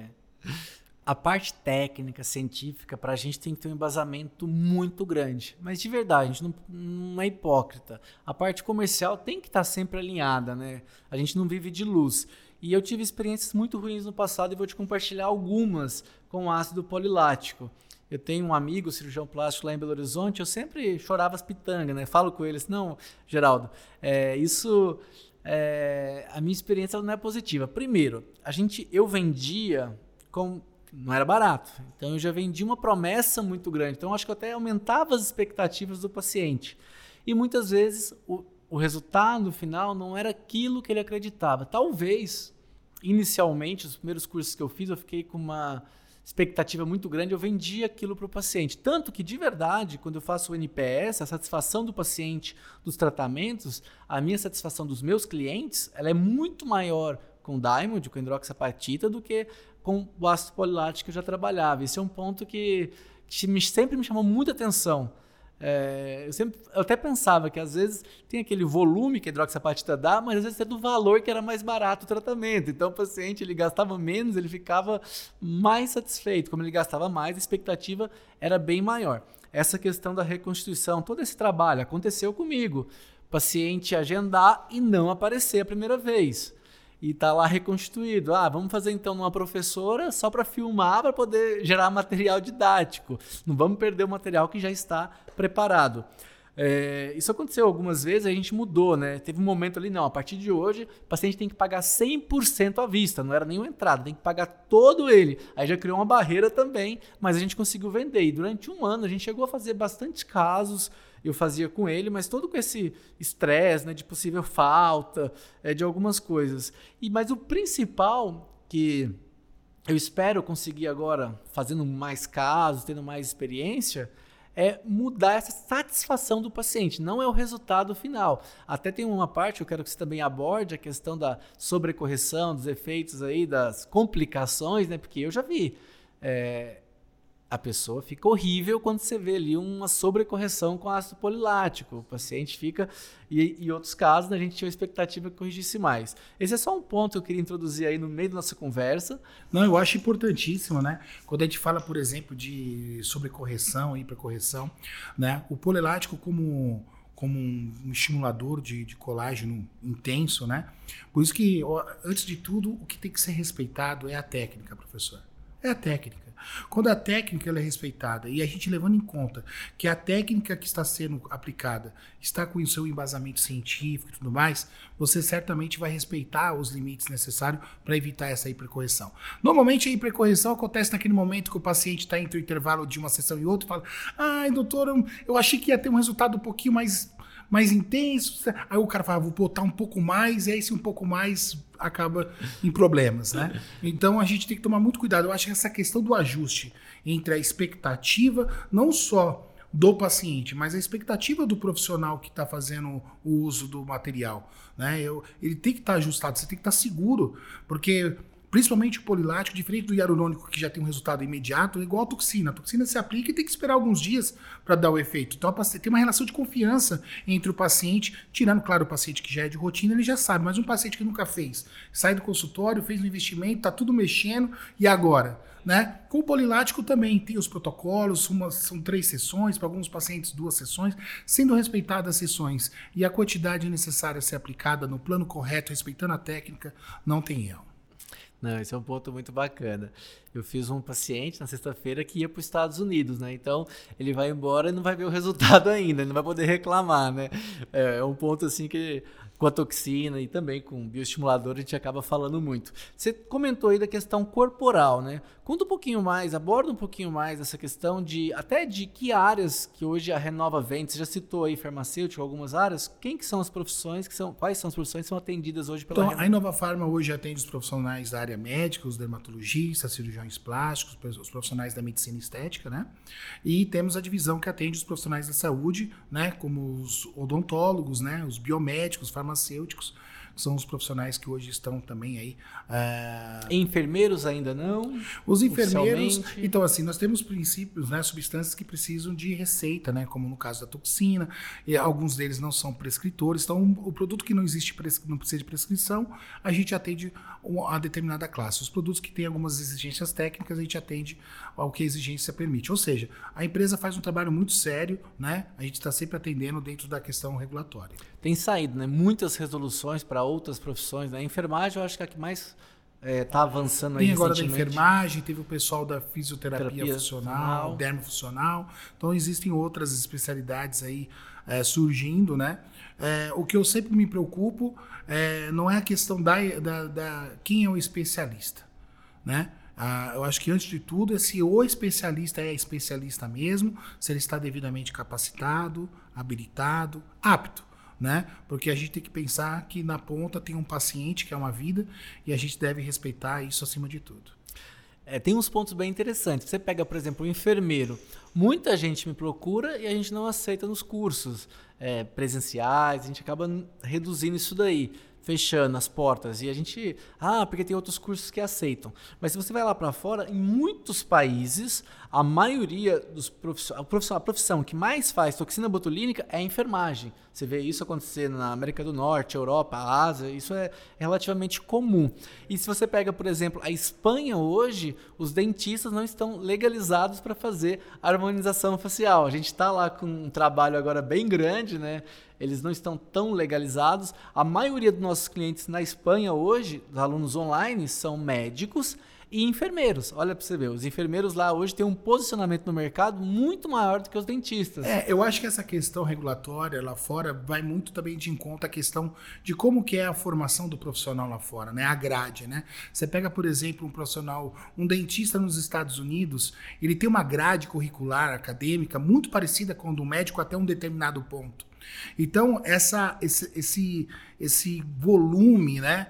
Speaker 1: a parte técnica, científica, para a gente tem que ter um embasamento muito grande. Mas de verdade, a gente não é hipócrita. A parte comercial tem que estar sempre alinhada, né? A gente não vive de luz. E eu tive experiências muito ruins no passado e vou te compartilhar algumas com ácido polilático. Eu tenho um amigo, cirurgião plástico lá em Belo Horizonte, eu sempre chorava as pitangas, né? Falo com ele assim, não, Geraldo, isso a minha experiência não é positiva. Primeiro, eu vendia não era barato, então eu já vendia uma promessa muito grande, então acho que eu até aumentava as expectativas do paciente. E muitas vezes o resultado final não era aquilo que ele acreditava. Talvez, inicialmente, os primeiros cursos que eu fiz, eu fiquei com uma expectativa muito grande, eu vendia aquilo para o paciente. Tanto que, de verdade, quando eu faço o NPS, a satisfação do paciente dos tratamentos, a minha satisfação dos meus clientes, ela é muito maior com o Diamond, com a hidroxapatita, do que com o ácido polilático que eu já trabalhava. Esse é um ponto que sempre me chamou muita atenção. Eu até pensava que às vezes tem aquele volume que a hidroxapatita dá, mas às vezes é do valor que era mais barato o tratamento. Então o paciente ele gastava menos, ele ficava mais satisfeito. Como ele gastava mais, a expectativa era bem maior. Essa questão da reconstituição, todo esse trabalho aconteceu comigo. Paciente agendar e não aparecer a primeira vez. E tá lá reconstituído. Vamos fazer então uma professora só para filmar, para poder gerar material didático. Não vamos perder o material que já está preparado. Isso aconteceu algumas vezes, a gente mudou, né? Teve um momento ali, não, a partir de hoje, o paciente tem que pagar 100% à vista, não era nenhuma entrada, tem que pagar todo ele. Aí já criou uma barreira também, mas a gente conseguiu vender. E durante um ano a gente chegou a fazer bastante casos, eu fazia com ele, mas todo com esse estresse, né, de possível falta, de algumas coisas. Mas o principal que eu espero conseguir agora, fazendo mais casos, tendo mais experiência, é mudar essa satisfação do paciente, não é o resultado final. Até tem uma parte, eu quero que você também aborde a questão da sobrecorreção, dos efeitos aí, das complicações, né? Porque eu já vi, a pessoa fica horrível quando você vê ali uma sobrecorreção com ácido polilático. O paciente fica... E em outros casos, a gente tinha uma expectativa que corrigisse mais. Esse é só um ponto que eu queria introduzir aí no meio da nossa conversa.
Speaker 2: Não, eu acho importantíssimo, né? Quando a gente fala, por exemplo, de sobrecorreção e hipercorreção, né? O polilático como um estimulador de colágeno intenso, né? Por isso que, antes de tudo, o que tem que ser respeitado é a técnica, professor. É a técnica. Quando a técnica ela é respeitada e a gente levando em conta que a técnica que está sendo aplicada está com o seu embasamento científico e tudo mais, você certamente vai respeitar os limites necessários para evitar essa hipercorreção. Normalmente a hipercorreção acontece naquele momento que o paciente está entre o intervalo de uma sessão e outra e fala: ai, doutor, eu achei que ia ter um resultado um pouquinho mais intenso. Aí o cara fala: vou botar um pouco mais, e aí esse um pouco mais acaba em problemas, né? Então a gente tem que tomar muito cuidado. Eu acho que essa questão do ajuste entre a expectativa, não só do paciente, mas a expectativa do profissional que está fazendo o uso do material, né? Ele tem que estar ajustado, você tem que estar seguro, porque... Principalmente o polilático, diferente do hialurônico, que já tem um resultado imediato, é igual a toxina. A toxina se aplica e tem que esperar alguns dias para dar o efeito. Então, tem uma relação de confiança entre o paciente, tirando, claro, o paciente que já é de rotina, ele já sabe, mas um paciente que nunca fez, sai do consultório, fez um investimento, está tudo mexendo, e agora? Né? Com o polilático também tem os protocolos, são 3 sessões, para alguns pacientes 2 sessões, sendo respeitadas as sessões e a quantidade necessária a ser aplicada no plano correto, respeitando a técnica, não tem erro.
Speaker 1: Não, esse é um ponto muito bacana. Eu fiz um paciente na sexta-feira que ia para os Estados Unidos, né? Então, ele vai embora e não vai ver o resultado ainda, ele não vai poder reclamar, né? É um ponto assim que com a toxina e também com o bioestimulador a gente acaba falando muito. Você comentou aí da questão corporal, né? Conta um pouquinho mais, aborda um pouquinho mais essa questão até de que áreas que hoje a Renova vende. Você já citou aí farmacêutico, algumas áreas. Quais são as profissões que são atendidas hoje pela Renova?
Speaker 2: A Inova Pharma hoje atende os profissionais da área médica, os dermatologistas, cirurgiões plásticos, os profissionais da medicina estética, né? E temos a divisão que atende os profissionais da saúde, né? Como os odontólogos, né? Os biomédicos, farmacêuticos, são os profissionais que hoje estão também aí.
Speaker 1: Enfermeiros ainda não?
Speaker 2: Os enfermeiros, então assim, nós temos princípios, né, substâncias que precisam de receita, né, como no caso da toxina, e alguns deles não são prescritores, então o produto que não precisa de prescrição, a gente atende a determinada classe. Os produtos que têm algumas exigências técnicas, a gente atende ao que a exigência permite. Ou seja, a empresa faz um trabalho muito sério, né, a gente está sempre atendendo dentro da questão regulatória.
Speaker 1: Tem saído, né, muitas resoluções para outras profissões, né? A enfermagem eu acho que é a que mais está avançando aí
Speaker 2: Tem agora da
Speaker 1: recentemente.
Speaker 2: enfermagem, teve o pessoal da fisioterapia
Speaker 1: Terapia
Speaker 2: funcional, dermofuncional. Então, existem outras especialidades aí surgindo, né? O que eu sempre me preocupo não é a questão da quem é o especialista, né? Eu acho que, antes de tudo, é se o especialista é especialista mesmo, se ele está devidamente capacitado, habilitado, apto, né? Porque a gente tem que pensar que na ponta tem um paciente que é uma vida e a gente deve respeitar isso acima de tudo.
Speaker 1: Tem uns pontos bem interessantes. Você pega, por exemplo, o enfermeiro. Muita gente me procura e a gente não aceita nos cursos presenciais, a gente acaba reduzindo isso daí, fechando as portas. E a gente... porque tem outros cursos que aceitam. Mas se você vai lá para fora, em muitos países, a maioria dos a profissão que mais faz toxina botulínica é a enfermagem. Você vê isso acontecer na América do Norte, Europa, Ásia, isso é relativamente comum. E se você pega, por exemplo, a Espanha hoje, os dentistas não estão legalizados para fazer harmonização facial. A gente está lá com um trabalho agora bem grande, né? Eles não estão tão legalizados. A maioria dos nossos clientes na Espanha hoje, os alunos online, são médicos e enfermeiros. Olha para você ver, os enfermeiros lá hoje têm um posicionamento no mercado muito maior do que os dentistas.
Speaker 2: Eu acho que essa questão regulatória lá fora vai muito também de encontro à questão de como que é a formação do profissional lá fora, né? A grade, né? Você pega, por exemplo, um profissional, um dentista nos Estados Unidos, ele tem uma grade curricular acadêmica muito parecida com a do médico até um determinado ponto. Então, esse volume, né,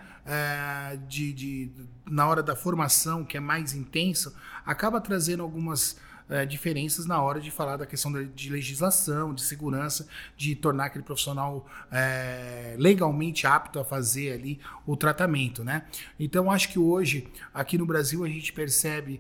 Speaker 2: na hora da formação, que é mais intenso, acaba trazendo algumas diferenças na hora de falar da questão de legislação, de segurança, de tornar aquele profissional legalmente apto a fazer ali o tratamento, né? Então, acho que hoje, aqui no Brasil, a gente percebe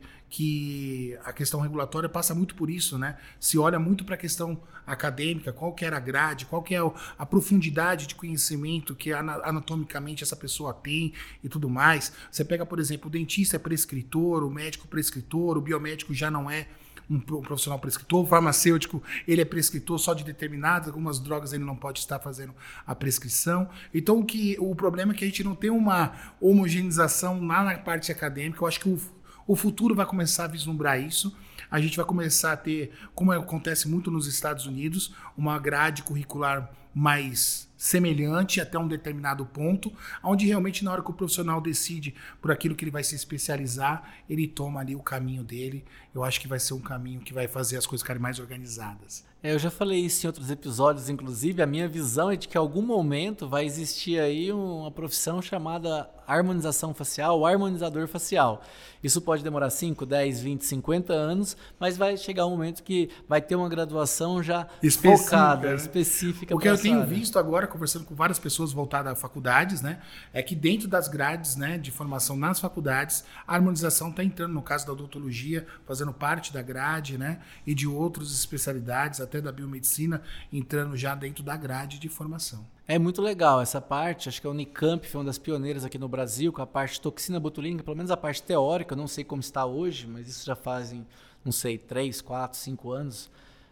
Speaker 2: que a questão regulatória passa muito por isso, né? Se olha muito para a questão acadêmica, qual que era a grade, qual que é a profundidade de conhecimento que anatomicamente essa pessoa tem e tudo mais. Você pega, por exemplo, o dentista é prescritor, o médico prescritor, o biomédico já não é um profissional prescritor, o farmacêutico ele é prescritor só de determinadas, algumas drogas ele não pode estar fazendo a prescrição. Então o problema é que a gente não tem uma homogeneização lá na parte acadêmica. Eu acho que o futuro vai começar a vislumbrar isso. A gente vai começar a ter, como acontece muito nos Estados Unidos, uma grade curricular mais semelhante até um determinado ponto, onde realmente na hora que o profissional decide por aquilo que ele vai se especializar, ele toma ali o caminho dele. Eu acho que vai ser um caminho que vai fazer as coisas ficarem mais organizadas.
Speaker 1: Eu já falei isso em outros episódios, inclusive, a minha visão é de que em algum momento vai existir aí uma profissão chamada harmonização facial, harmonizador facial. Isso pode demorar 5, 10, 20, 50 anos, mas vai chegar um momento que vai ter uma graduação já focada, específica.
Speaker 2: O que eu tenho visto agora, conversando com várias pessoas voltadas a faculdades, né, é que dentro das grades, né, de formação nas faculdades, a harmonização está entrando, no caso da odontologia, fazendo parte da grade, né, e de outras especialidades, até da biomedicina, entrando já dentro da grade de formação.
Speaker 1: É muito legal essa parte, acho que a Unicamp foi uma das pioneiras aqui no Brasil com a parte de toxina botulínica, pelo menos a parte teórica, eu não sei como está hoje, mas isso já fazem, não sei, 3, 4, 5 anos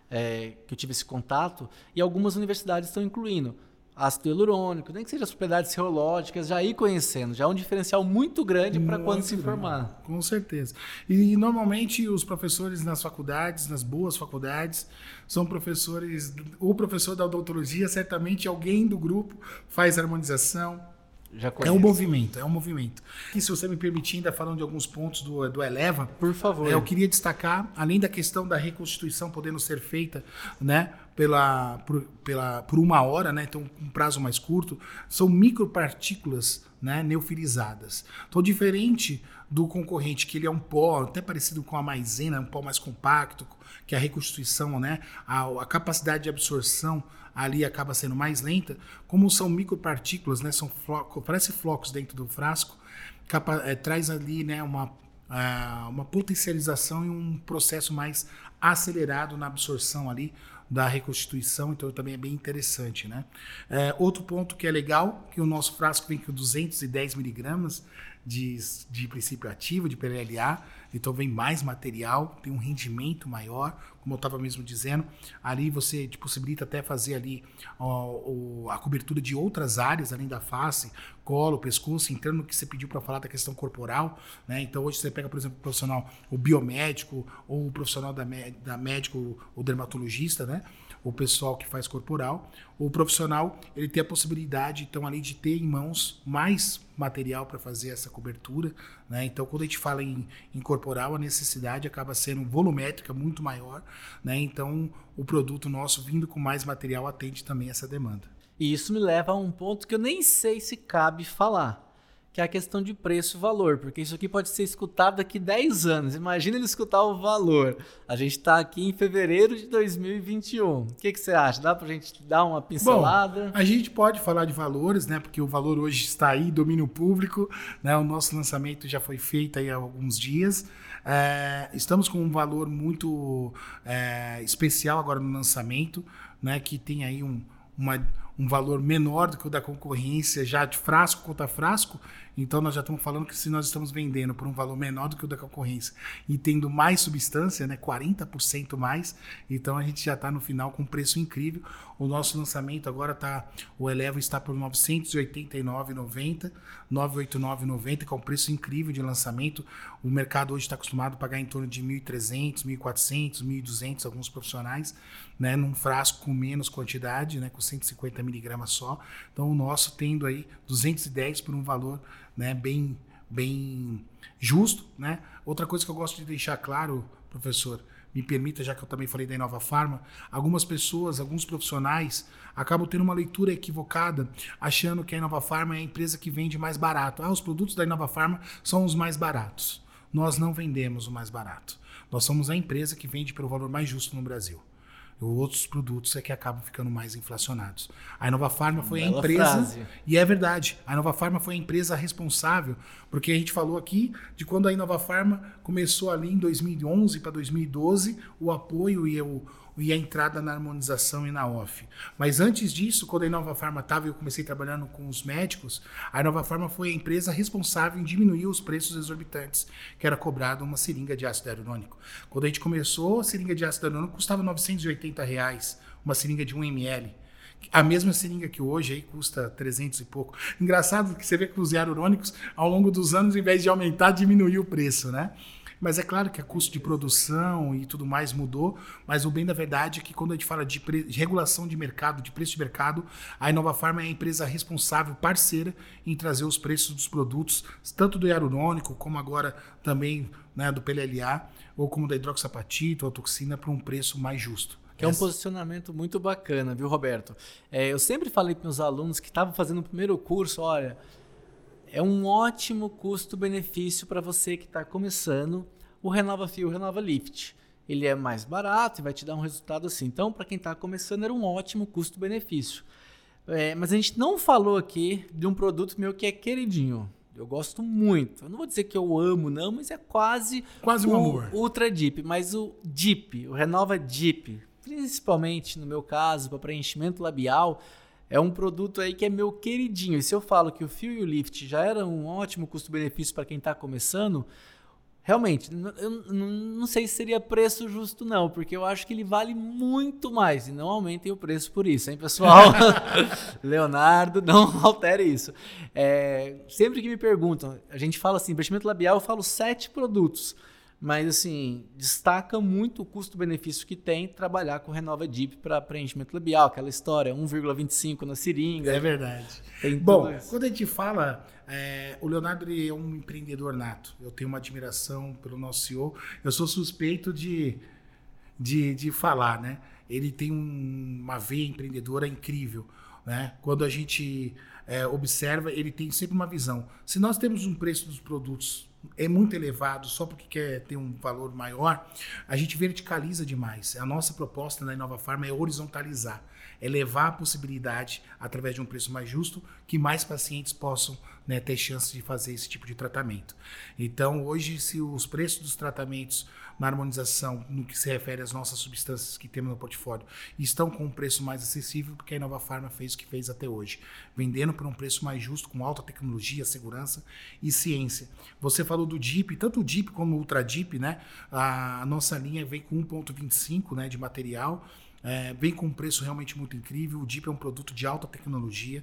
Speaker 1: que eu tive esse contato, e algumas universidades estão incluindo ácido hialurônico, nem que seja as propriedades serológicas, já ir conhecendo, já é um diferencial muito grande para quando se formar.
Speaker 2: Com certeza. E normalmente os professores nas faculdades, nas boas faculdades, são professores, o professor da odontologia, certamente alguém do grupo faz harmonização. É um movimento. E se você me permitir, ainda falando de alguns pontos do Eleva,
Speaker 1: por favor.
Speaker 2: Eu queria destacar, além da questão da reconstituição podendo ser feita, né, por 1 hora, né, então um prazo mais curto, são micropartículas, né, neofilizadas. Então, diferente do concorrente, que ele é um pó, até parecido com a maisena, um pó mais compacto, que a reconstituição, né, a capacidade de absorção ali acaba sendo mais lenta, como são micropartículas, né, parece flocos dentro do frasco, traz ali, né, uma potencialização e um processo mais acelerado na absorção ali da reconstituição, então também é bem interessante, né? Outro ponto que é legal, que o nosso frasco vem com 210 miligramas de princípio ativo, de PLLA, então vem mais material, tem um rendimento maior, como eu estava mesmo dizendo. Ali você te possibilita até fazer ali a cobertura de outras áreas, além da face, colo, pescoço, entrando no que você pediu para falar da questão corporal, né? Então hoje você pega, por exemplo, o profissional, o biomédico, ou o profissional da médico, o dermatologista, né? O pessoal que faz corporal, o profissional, ele tem a possibilidade, então, ali de ter em mãos mais material para fazer essa cobertura, né? Então, quando a gente fala em corporal, a necessidade acaba sendo volumétrica muito maior, né? Então, o produto nosso, vindo com mais material, atende também essa demanda.
Speaker 1: E isso me leva a um ponto que eu nem sei se cabe falar, que é a questão de preço e valor, porque isso aqui pode ser escutado daqui 10 anos. Imagina ele escutar o valor. A gente está aqui em fevereiro de 2021. O que você acha? Dá para a gente dar uma pincelada?
Speaker 2: Bom, a gente pode falar de valores, né? Porque o valor hoje está aí, domínio público, né? O nosso lançamento já foi feito aí há alguns dias. Estamos com um valor muito especial agora no lançamento, né? Que tem aí um valor menor do que o da concorrência, já de frasco contra frasco. Então nós já estamos falando que se nós estamos vendendo por um valor menor do que o da concorrência e tendo mais substância, né, 40% mais, então a gente já está no final com um preço incrível. O nosso lançamento agora o Eleva está por R$ 989,90, R$ 989,90, que é um preço incrível de lançamento. O mercado hoje está acostumado a pagar em torno de R$ 1.300, R$ 1.400, R$ 1.200, alguns profissionais, né, num frasco com menos quantidade, né, com 150 miligramas só. Então o nosso tendo aí 210 por um valor, né, bem justo, né? Outra coisa que eu gosto de deixar claro, professor, me permita, já que eu também falei da Inova Pharma, algumas pessoas, alguns profissionais acabam tendo uma leitura equivocada, achando que a Inova Pharma é a empresa que vende mais barato. Os produtos da Inova Pharma são os mais baratos. Nós não vendemos o mais barato. Nós somos a empresa que vende pelo valor mais justo no Brasil. Outros produtos é que acabam ficando mais inflacionados. A Inova Pharma foi a empresa, frase. E é verdade, a Inova Pharma foi a empresa responsável, porque a gente falou aqui de quando a Inova Pharma começou ali em 2011 para 2012, o apoio e a entrada na harmonização e na OFF. Mas antes disso, quando a Inova Pharma estava, eu comecei trabalhando com os médicos, a Inova Pharma foi a empresa responsável em diminuir os preços exorbitantes, que era cobrado uma seringa de ácido hialurônico. Quando a gente começou, a seringa de ácido hialurônico custava R$ 980, uma seringa de 1 ml. A mesma seringa que hoje aí custa 300 e pouco. Engraçado que você vê que os hialurônicos, ao longo dos anos, ao invés de aumentar, diminuiu o preço, né? Mas é claro que o custo de produção e tudo mais mudou, mas o bem da verdade é que quando a gente fala de regulação de mercado, de preço de mercado, a Inova Pharma é a empresa responsável, parceira, em trazer os preços dos produtos, tanto do hialurônico, como agora também, né, do PLLA, ou como da hidroxapatita ou toxina, para um preço mais justo.
Speaker 1: Que é um posicionamento muito bacana, viu, Roberto? Eu sempre falei para meus alunos que estavam fazendo o primeiro curso, olha, é um ótimo custo-benefício para você que está começando o Renova Fio, o Renova Lift. Ele é mais barato e vai te dar um resultado assim. Então, para quem está começando, era um ótimo custo-benefício. Mas a gente não falou aqui de um produto meu que é queridinho. Eu gosto muito. Eu não vou dizer que eu amo, não, mas é quase
Speaker 2: um amor.
Speaker 1: Ultra Deep. Mas o Deep, o Renova Deep, principalmente no meu caso, para preenchimento labial, é um produto aí que é meu queridinho. E se eu falo que o Fio e o Lift já era um ótimo custo-benefício para quem está começando, realmente, eu não sei se seria preço justo não, porque eu acho que ele vale muito mais. E não aumentem o preço por isso, hein, pessoal? Leonardo, não altere isso. Sempre que me perguntam, a gente fala assim, investimento labial, eu falo 7 produtos. Mas, assim, destaca muito o custo-benefício que tem trabalhar com Renova Deep para preenchimento labial, aquela história, 1,25 na seringa.
Speaker 2: É verdade. Bom, quando a gente fala, o Leonardo ele é um empreendedor nato. Eu tenho uma admiração pelo nosso CEO. Eu sou suspeito de falar, né? Ele tem uma veia empreendedora incrível, né? Quando a gente observa, ele tem sempre uma visão. Se nós temos um preço dos produtos é muito elevado só porque quer ter um valor maior, a gente verticaliza demais. A nossa proposta na Inova Pharma é horizontalizar, é levar a possibilidade, através de um preço mais justo, que mais pacientes possam, né, ter chance de fazer esse tipo de tratamento. Então, hoje, se os preços dos tratamentos na harmonização, no que se refere às nossas substâncias que temos no portfólio, estão com um preço mais acessível, porque a Inova Pharma fez o que fez até hoje, vendendo por um preço mais justo, com alta tecnologia, segurança e ciência. Você falou do DIP, tanto o DIP como o Ultra DIP, né? A nossa linha vem com 1,25, né, de material, vem com um preço realmente muito incrível. O DIP é um produto de alta tecnologia.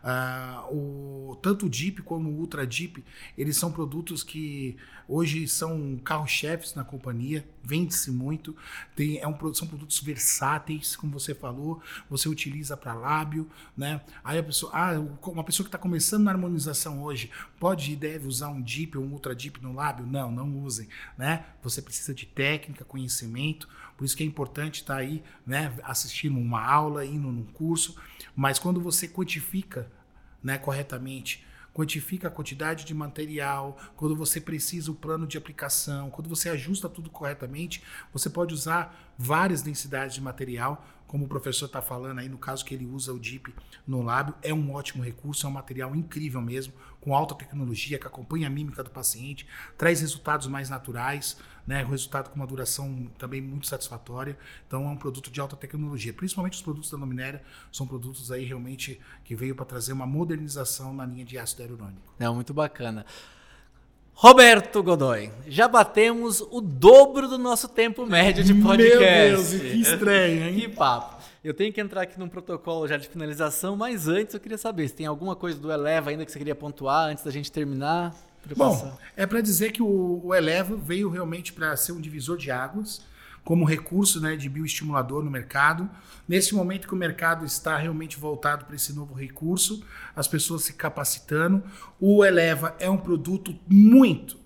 Speaker 2: Tanto o DIP como o Ultra DIP, eles são produtos que hoje são carro-chefes na companhia, vende-se muito. São produtos versáteis, como você falou, você utiliza para lábio, né? Aí uma pessoa que está começando na harmonização hoje, pode e deve usar um DIP ou um Ultra DIP no lábio? Não usem, né? Você precisa de técnica, conhecimento, por isso que é importante estar aí, né, assistindo uma aula, indo num curso, mas quando você quantifica, né, corretamente, quantifica a quantidade de material, quando você precisa o plano de aplicação, quando você ajusta tudo corretamente, você pode usar várias densidades de material, como o professor está falando aí, no caso que ele usa o DIP no lábio, é um ótimo recurso, é um material incrível mesmo, com alta tecnologia, que acompanha a mímica do paciente, traz resultados mais naturais, né, um resultado com uma duração também muito satisfatória. Então é um produto de alta tecnologia. Principalmente os produtos da Luminéria são produtos aí realmente que veio para trazer uma modernização na linha de ácido hialurônico.
Speaker 1: É muito bacana. Roberto Godoy, já batemos o dobro do nosso tempo médio de podcast.
Speaker 2: Meu Deus, que estranho, hein?
Speaker 1: Que papo. Eu tenho que entrar aqui num protocolo já de finalização, mas antes eu queria saber se tem alguma coisa do Eleva ainda que você queria pontuar antes da gente terminar.
Speaker 2: Bom, é para dizer que o Eleva veio realmente para ser um divisor de águas, como recurso, né, de bioestimulador no mercado. Nesse momento que o mercado está realmente voltado para esse novo recurso, as pessoas se capacitando. O Eleva é um produto muito,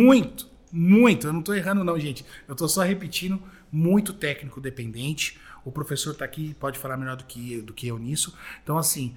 Speaker 2: eu não estou errando não, gente, eu estou só repetindo, muito técnico dependente. O professor está aqui, pode falar melhor do que eu nisso. Então, assim,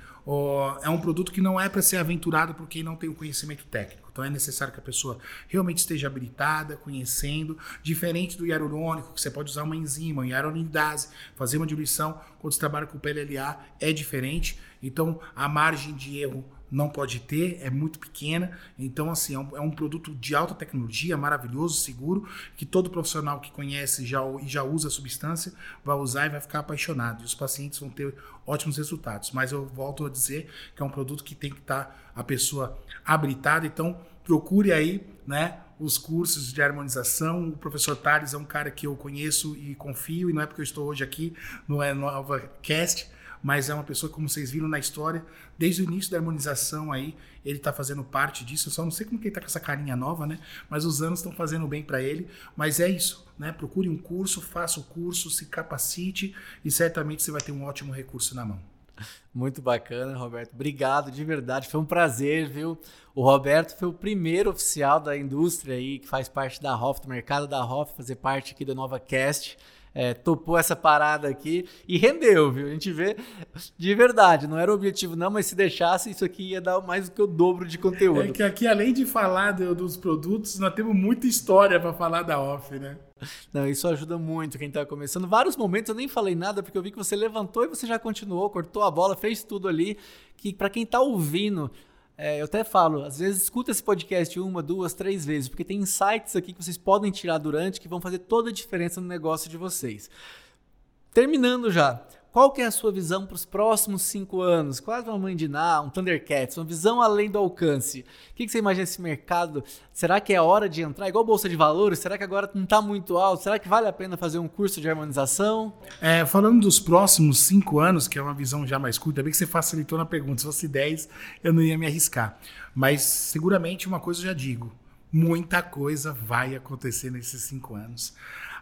Speaker 2: é um produto que não é para ser aventurado por quem não tem o conhecimento técnico. Então, é necessário que a pessoa realmente esteja habilitada, conhecendo. Diferente do hialurônico, que você pode usar uma enzima, uma hialuronidase, fazer uma diluição. Quando você trabalha com PLLA, é diferente. Então, a margem de erro não pode ter, é muito pequena. Então, assim, é um produto de alta tecnologia, maravilhoso, seguro, que todo profissional que conhece e já usa a substância vai usar e vai ficar apaixonado. E os pacientes vão ter ótimos resultados. Mas eu volto a dizer que é um produto que tem que estar a pessoa habilitada. Então, procure aí, né, os cursos de harmonização. O professor Thales é um cara que eu conheço e confio, e não é porque eu estou hoje aqui no NovaCast, mas é uma pessoa, como vocês viram na história, desde o início da harmonização aí, ele está fazendo parte disso. Eu só não sei como que ele está com essa carinha nova, né? Mas os anos estão fazendo bem para ele. Mas é isso, né? Procure um curso, faça o curso, se capacite e certamente você vai ter um ótimo recurso na mão.
Speaker 1: Muito bacana, Roberto. Obrigado, de verdade. Foi um prazer, viu? O Roberto foi o primeiro oficial da indústria aí, que faz parte da Hoff, do mercado da Hoff, fazer parte aqui do NovaCast. Topou essa parada aqui e rendeu, viu? A gente vê de verdade, não era o objetivo não, mas se deixasse, isso aqui ia dar mais do que o dobro de conteúdo.
Speaker 2: É que aqui, além de falar dos produtos, nós temos muita história para falar da Hoff, né?
Speaker 1: Não, isso ajuda muito quem tá começando. Vários momentos eu nem falei nada, porque eu vi que você levantou e você já continuou, cortou a bola, fez tudo ali, que para quem tá ouvindo... eu até falo, às vezes escuta esse podcast 1, 2, 3 vezes, porque tem insights aqui que vocês podem tirar durante que vão fazer toda a diferença no negócio de vocês. Terminando já, qual que é a sua visão para os próximos 5 anos? Quase uma Mãe de Ná, um Thundercats, uma visão além do alcance. O que você imagina desse mercado? Será que é a hora de entrar? Igual Bolsa de Valores, será que agora não está muito alto? Será que vale a pena fazer um curso de harmonização?
Speaker 2: Falando dos próximos 5 anos, que é uma visão já mais curta, bem que você facilitou na pergunta. Se fosse 10, eu não ia me arriscar. Mas seguramente uma coisa eu já digo, muita coisa vai acontecer nesses 5 anos.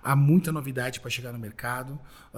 Speaker 2: há muita novidade para chegar no mercado.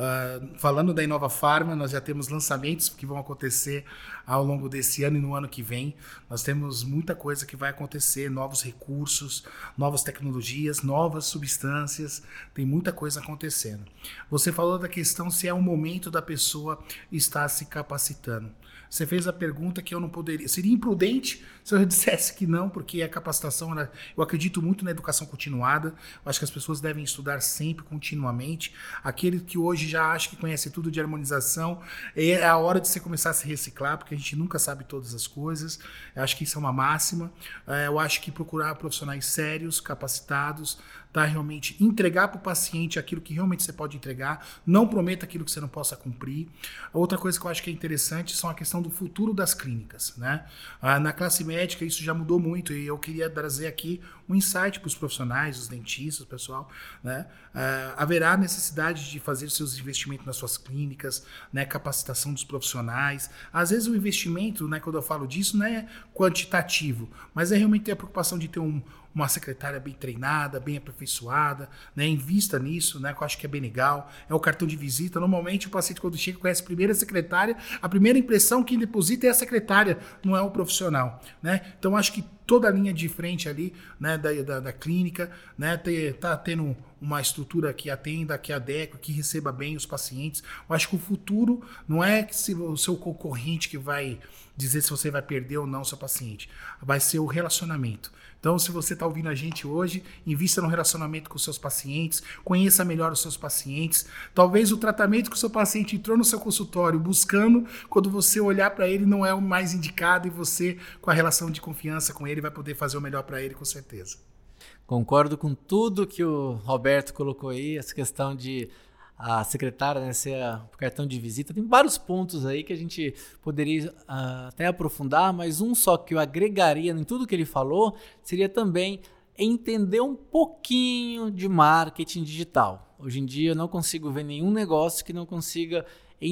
Speaker 2: Falando da Inova Pharma, nós já temos lançamentos que vão acontecer ao longo desse ano e no ano que vem. Nós temos muita coisa que vai acontecer, novos recursos, novas tecnologias, novas substâncias, tem muita coisa acontecendo. Você falou da questão se é o momento da pessoa estar se capacitando. Você fez a pergunta que eu não poderia... Seria imprudente se eu dissesse que não, porque a capacitação, eu acredito muito na educação continuada. Eu acho que as pessoas devem estudar sempre, continuamente. Aquele que hoje já acha que conhece tudo de harmonização, é a hora de você começar a se reciclar, porque a gente nunca sabe todas as coisas. Eu acho que isso é uma máxima. Eu acho que procurar profissionais sérios, capacitados, tá, realmente entregar para o paciente aquilo que realmente você pode entregar, não prometa aquilo que você não possa cumprir. Outra coisa que eu acho que é interessante são a questão do futuro das clínicas, né? Na classe médica isso já mudou muito e eu queria trazer aqui um insight para os profissionais, os dentistas, o pessoal, né? Haverá necessidade de fazer seus investimentos nas suas clínicas, né? Capacitação dos profissionais. Às vezes o investimento, né, quando eu falo disso, não é quantitativo, mas é realmente ter a preocupação de ter uma secretária bem treinada, bem aperfeiçoada, né? Invista nisso, né? Que eu acho que é bem legal. É o cartão de visita. Normalmente o paciente, quando chega, conhece primeiro a secretária, a primeira impressão que deposita é a secretária, não é o profissional, né? Então acho que toda a linha de frente ali, né, da clínica, né, tá tendo uma estrutura que atenda, que adeque, que receba bem os pacientes. Eu acho que o futuro não é o seu concorrente que vai dizer se você vai perder ou não o seu paciente. Vai ser o relacionamento. Então, se você está ouvindo a gente hoje, invista no relacionamento com os seus pacientes, conheça melhor os seus pacientes. Talvez o tratamento que o seu paciente entrou no seu consultório buscando, quando você olhar para ele, não é o mais indicado e você, com a relação de confiança com ele, vai poder fazer o melhor para ele, com certeza.
Speaker 1: Concordo com tudo que o Roberto colocou aí, essa questão de a secretária, né, ser o cartão de visita. Tem vários pontos aí que a gente poderia até aprofundar, mas um só que eu agregaria em tudo que ele falou seria também entender um pouquinho de marketing digital. Hoje em dia eu não consigo ver nenhum negócio que não consiga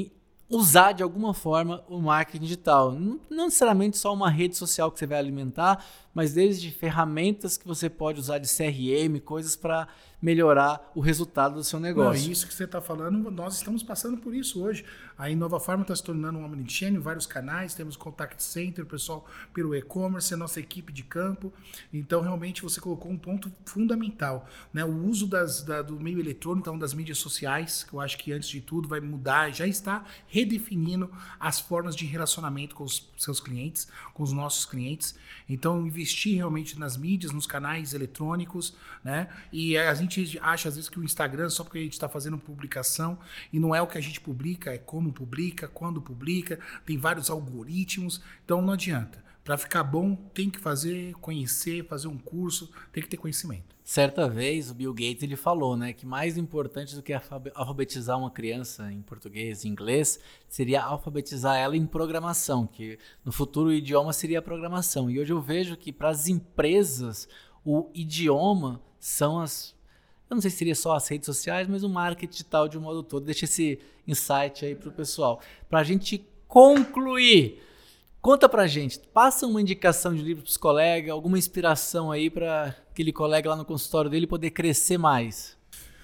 Speaker 1: usar de alguma forma o marketing digital. Não necessariamente só uma rede social que você vai alimentar, mas desde ferramentas que você pode usar de CRM, coisas para melhorar o resultado do seu negócio.
Speaker 2: Não, isso que você está falando, nós estamos passando por isso hoje. A Inova Pharma está se tornando um omnichannel, vários canais, temos contact center, o pessoal pelo e-commerce, a nossa equipe de campo. Então, realmente, você colocou um ponto fundamental, né? O uso do meio eletrônico, então, das mídias sociais, que eu acho que, antes de tudo, vai mudar, já está redefinindo as formas de relacionamento com os seus clientes, com os nossos clientes. Então, investir realmente nas mídias, nos canais eletrônicos, né? E a gente acha, às vezes, que o Instagram, só porque a gente está fazendo publicação, e não é o que a gente publica, é como publica, quando publica, tem vários algoritmos, então não adianta. Para ficar bom, tem que conhecer, fazer um curso, tem que ter conhecimento.
Speaker 1: Certa vez, o Bill Gates ele falou, né, que mais importante do que alfabetizar uma criança em português e inglês seria alfabetizar ela em programação, que no futuro o idioma seria a programação. E hoje eu vejo que para as empresas o idioma são eu não sei se seria só as redes sociais, mas o marketing digital de um modo todo. Deixa esse insight aí para o pessoal. Para a gente concluir, conta pra gente, passa uma indicação de livro para os colegas, alguma inspiração aí para aquele colega lá no consultório dele poder crescer mais.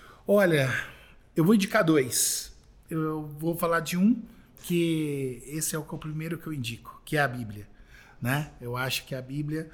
Speaker 2: Olha, eu vou indicar 2. Eu vou falar de um, que esse é o primeiro que eu indico, que é a Bíblia, né? Eu acho que a Bíblia,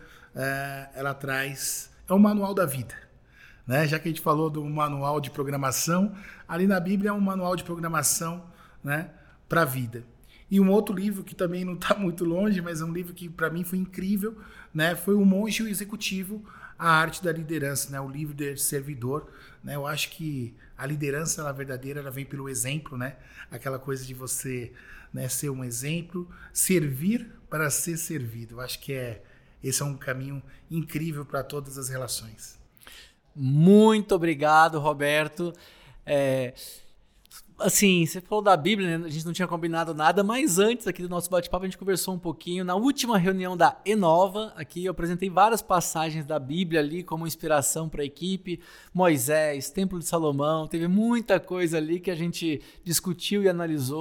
Speaker 2: ela traz... É um manual da vida, né? Já que a gente falou do manual de programação, ali na Bíblia é um manual de programação, né, para a vida. E um outro livro que também não está muito longe, mas é um livro que para mim foi incrível, né, foi O Monge e o Executivo, A Arte da Liderança, né, o livro de servidor, né? Eu acho que a liderança, ela verdadeira, ela vem pelo exemplo, né? Aquela coisa de você, né, ser um exemplo, servir para ser servido. Eu acho que esse é um caminho incrível para todas as relações.
Speaker 1: Muito obrigado, Roberto. Assim, você falou da Bíblia, né? A gente não tinha combinado nada, mas antes aqui do nosso bate-papo a gente conversou um pouquinho. Na última reunião da Enova, aqui eu apresentei várias passagens da Bíblia ali como inspiração para a equipe. Moisés, Templo de Salomão, teve muita coisa ali que a gente discutiu e analisou.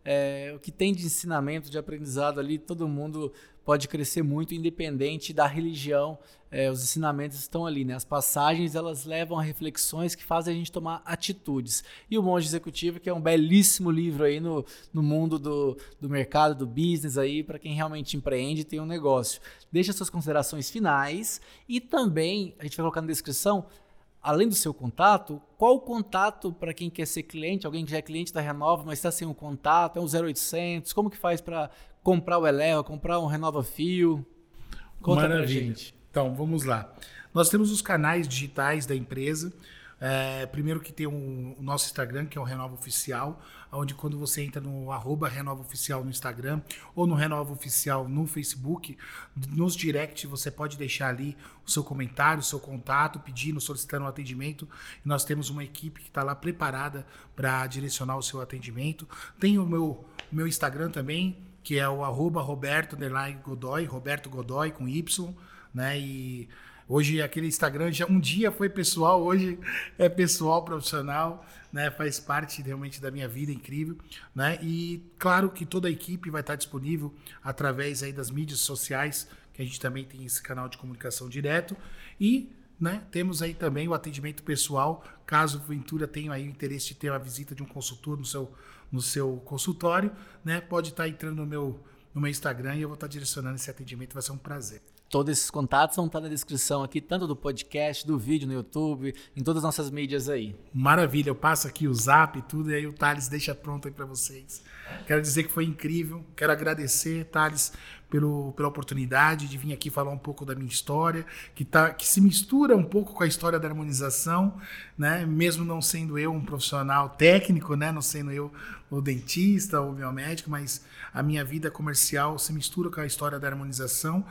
Speaker 1: o que tem de ensinamento, de aprendizado ali, todo mundo pode crescer muito, independente da religião. Os ensinamentos estão ali, né? As passagens, elas levam a reflexões que fazem a gente tomar atitudes. E o Monge Executivo, que é um belíssimo livro aí no mundo do mercado, do business aí, para quem realmente empreende e tem um negócio. Deixa suas considerações finais e também, a gente vai colocar na descrição, além do seu contato, qual o contato para quem quer ser cliente, alguém que já é cliente da Renova, mas está sem um contato, é um 0800, como que faz para comprar o Eleva, comprar um Renova Fio? Conta pra gente.
Speaker 2: Então, vamos lá. Nós temos os canais digitais da empresa. Primeiro que tem o nosso Instagram, que é o Renova Oficial, onde quando você entra no @Renova Oficial no Instagram ou no Renova Oficial no Facebook, nos direct você pode deixar ali o seu comentário, o seu contato, pedindo, solicitando um atendimento. E nós temos uma equipe que está lá preparada para direcionar o seu atendimento. Tem o meu Instagram também, que é o @Roberto_Godoy, Roberto Godoy com Y, né? E hoje aquele Instagram já um dia foi pessoal, hoje é pessoal, profissional, né? Faz parte realmente da minha vida, incrível, né? E claro que toda a equipe vai estar disponível através aí das mídias sociais, que a gente também tem esse canal de comunicação direto e, né, temos aí também o atendimento pessoal, caso Ventura tenha aí o interesse de ter uma visita de um consultor no seu consultório, né? Pode estar entrando no meu Instagram e eu vou estar direcionando esse atendimento, vai ser um prazer.
Speaker 1: Todos esses contatos vão estar na descrição aqui, tanto do podcast, do vídeo no YouTube, em todas as nossas mídias aí.
Speaker 2: Maravilha, eu passo aqui o zap e tudo, e aí o Thales deixa pronto aí para vocês. Quero dizer que foi incrível, quero agradecer, Thales, pela oportunidade de vir aqui falar um pouco da minha história, que se mistura um pouco com a história da harmonização, né? Mesmo não sendo eu um profissional técnico, né? Não sendo eu o dentista ou o biomédico, mas a minha vida comercial se mistura com a história da harmonização.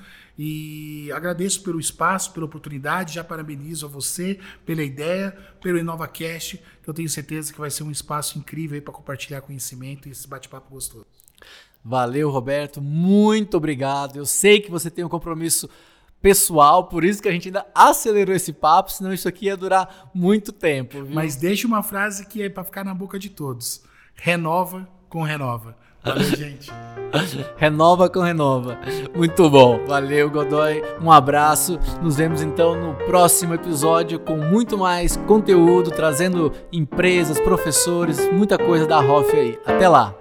Speaker 2: E agradeço pelo espaço, pela oportunidade, já parabenizo a você pela ideia, pelo InovaCast, que eu tenho certeza que vai ser um espaço incrível para compartilhar conhecimento e esse bate-papo gostoso.
Speaker 1: Valeu, Roberto, muito obrigado. Eu sei que você tem um compromisso pessoal, por isso que a gente ainda acelerou esse papo, senão isso aqui ia durar muito tempo. Viu?
Speaker 2: Mas deixa uma frase que é para ficar na boca de todos. Renova com Renova. Valeu, gente.
Speaker 1: Renova com Renova. Muito bom. Valeu, Godoy. Um abraço. Nos vemos então no próximo episódio com muito mais conteúdo, trazendo empresas, professores, muita coisa da Hoff aí. Até lá.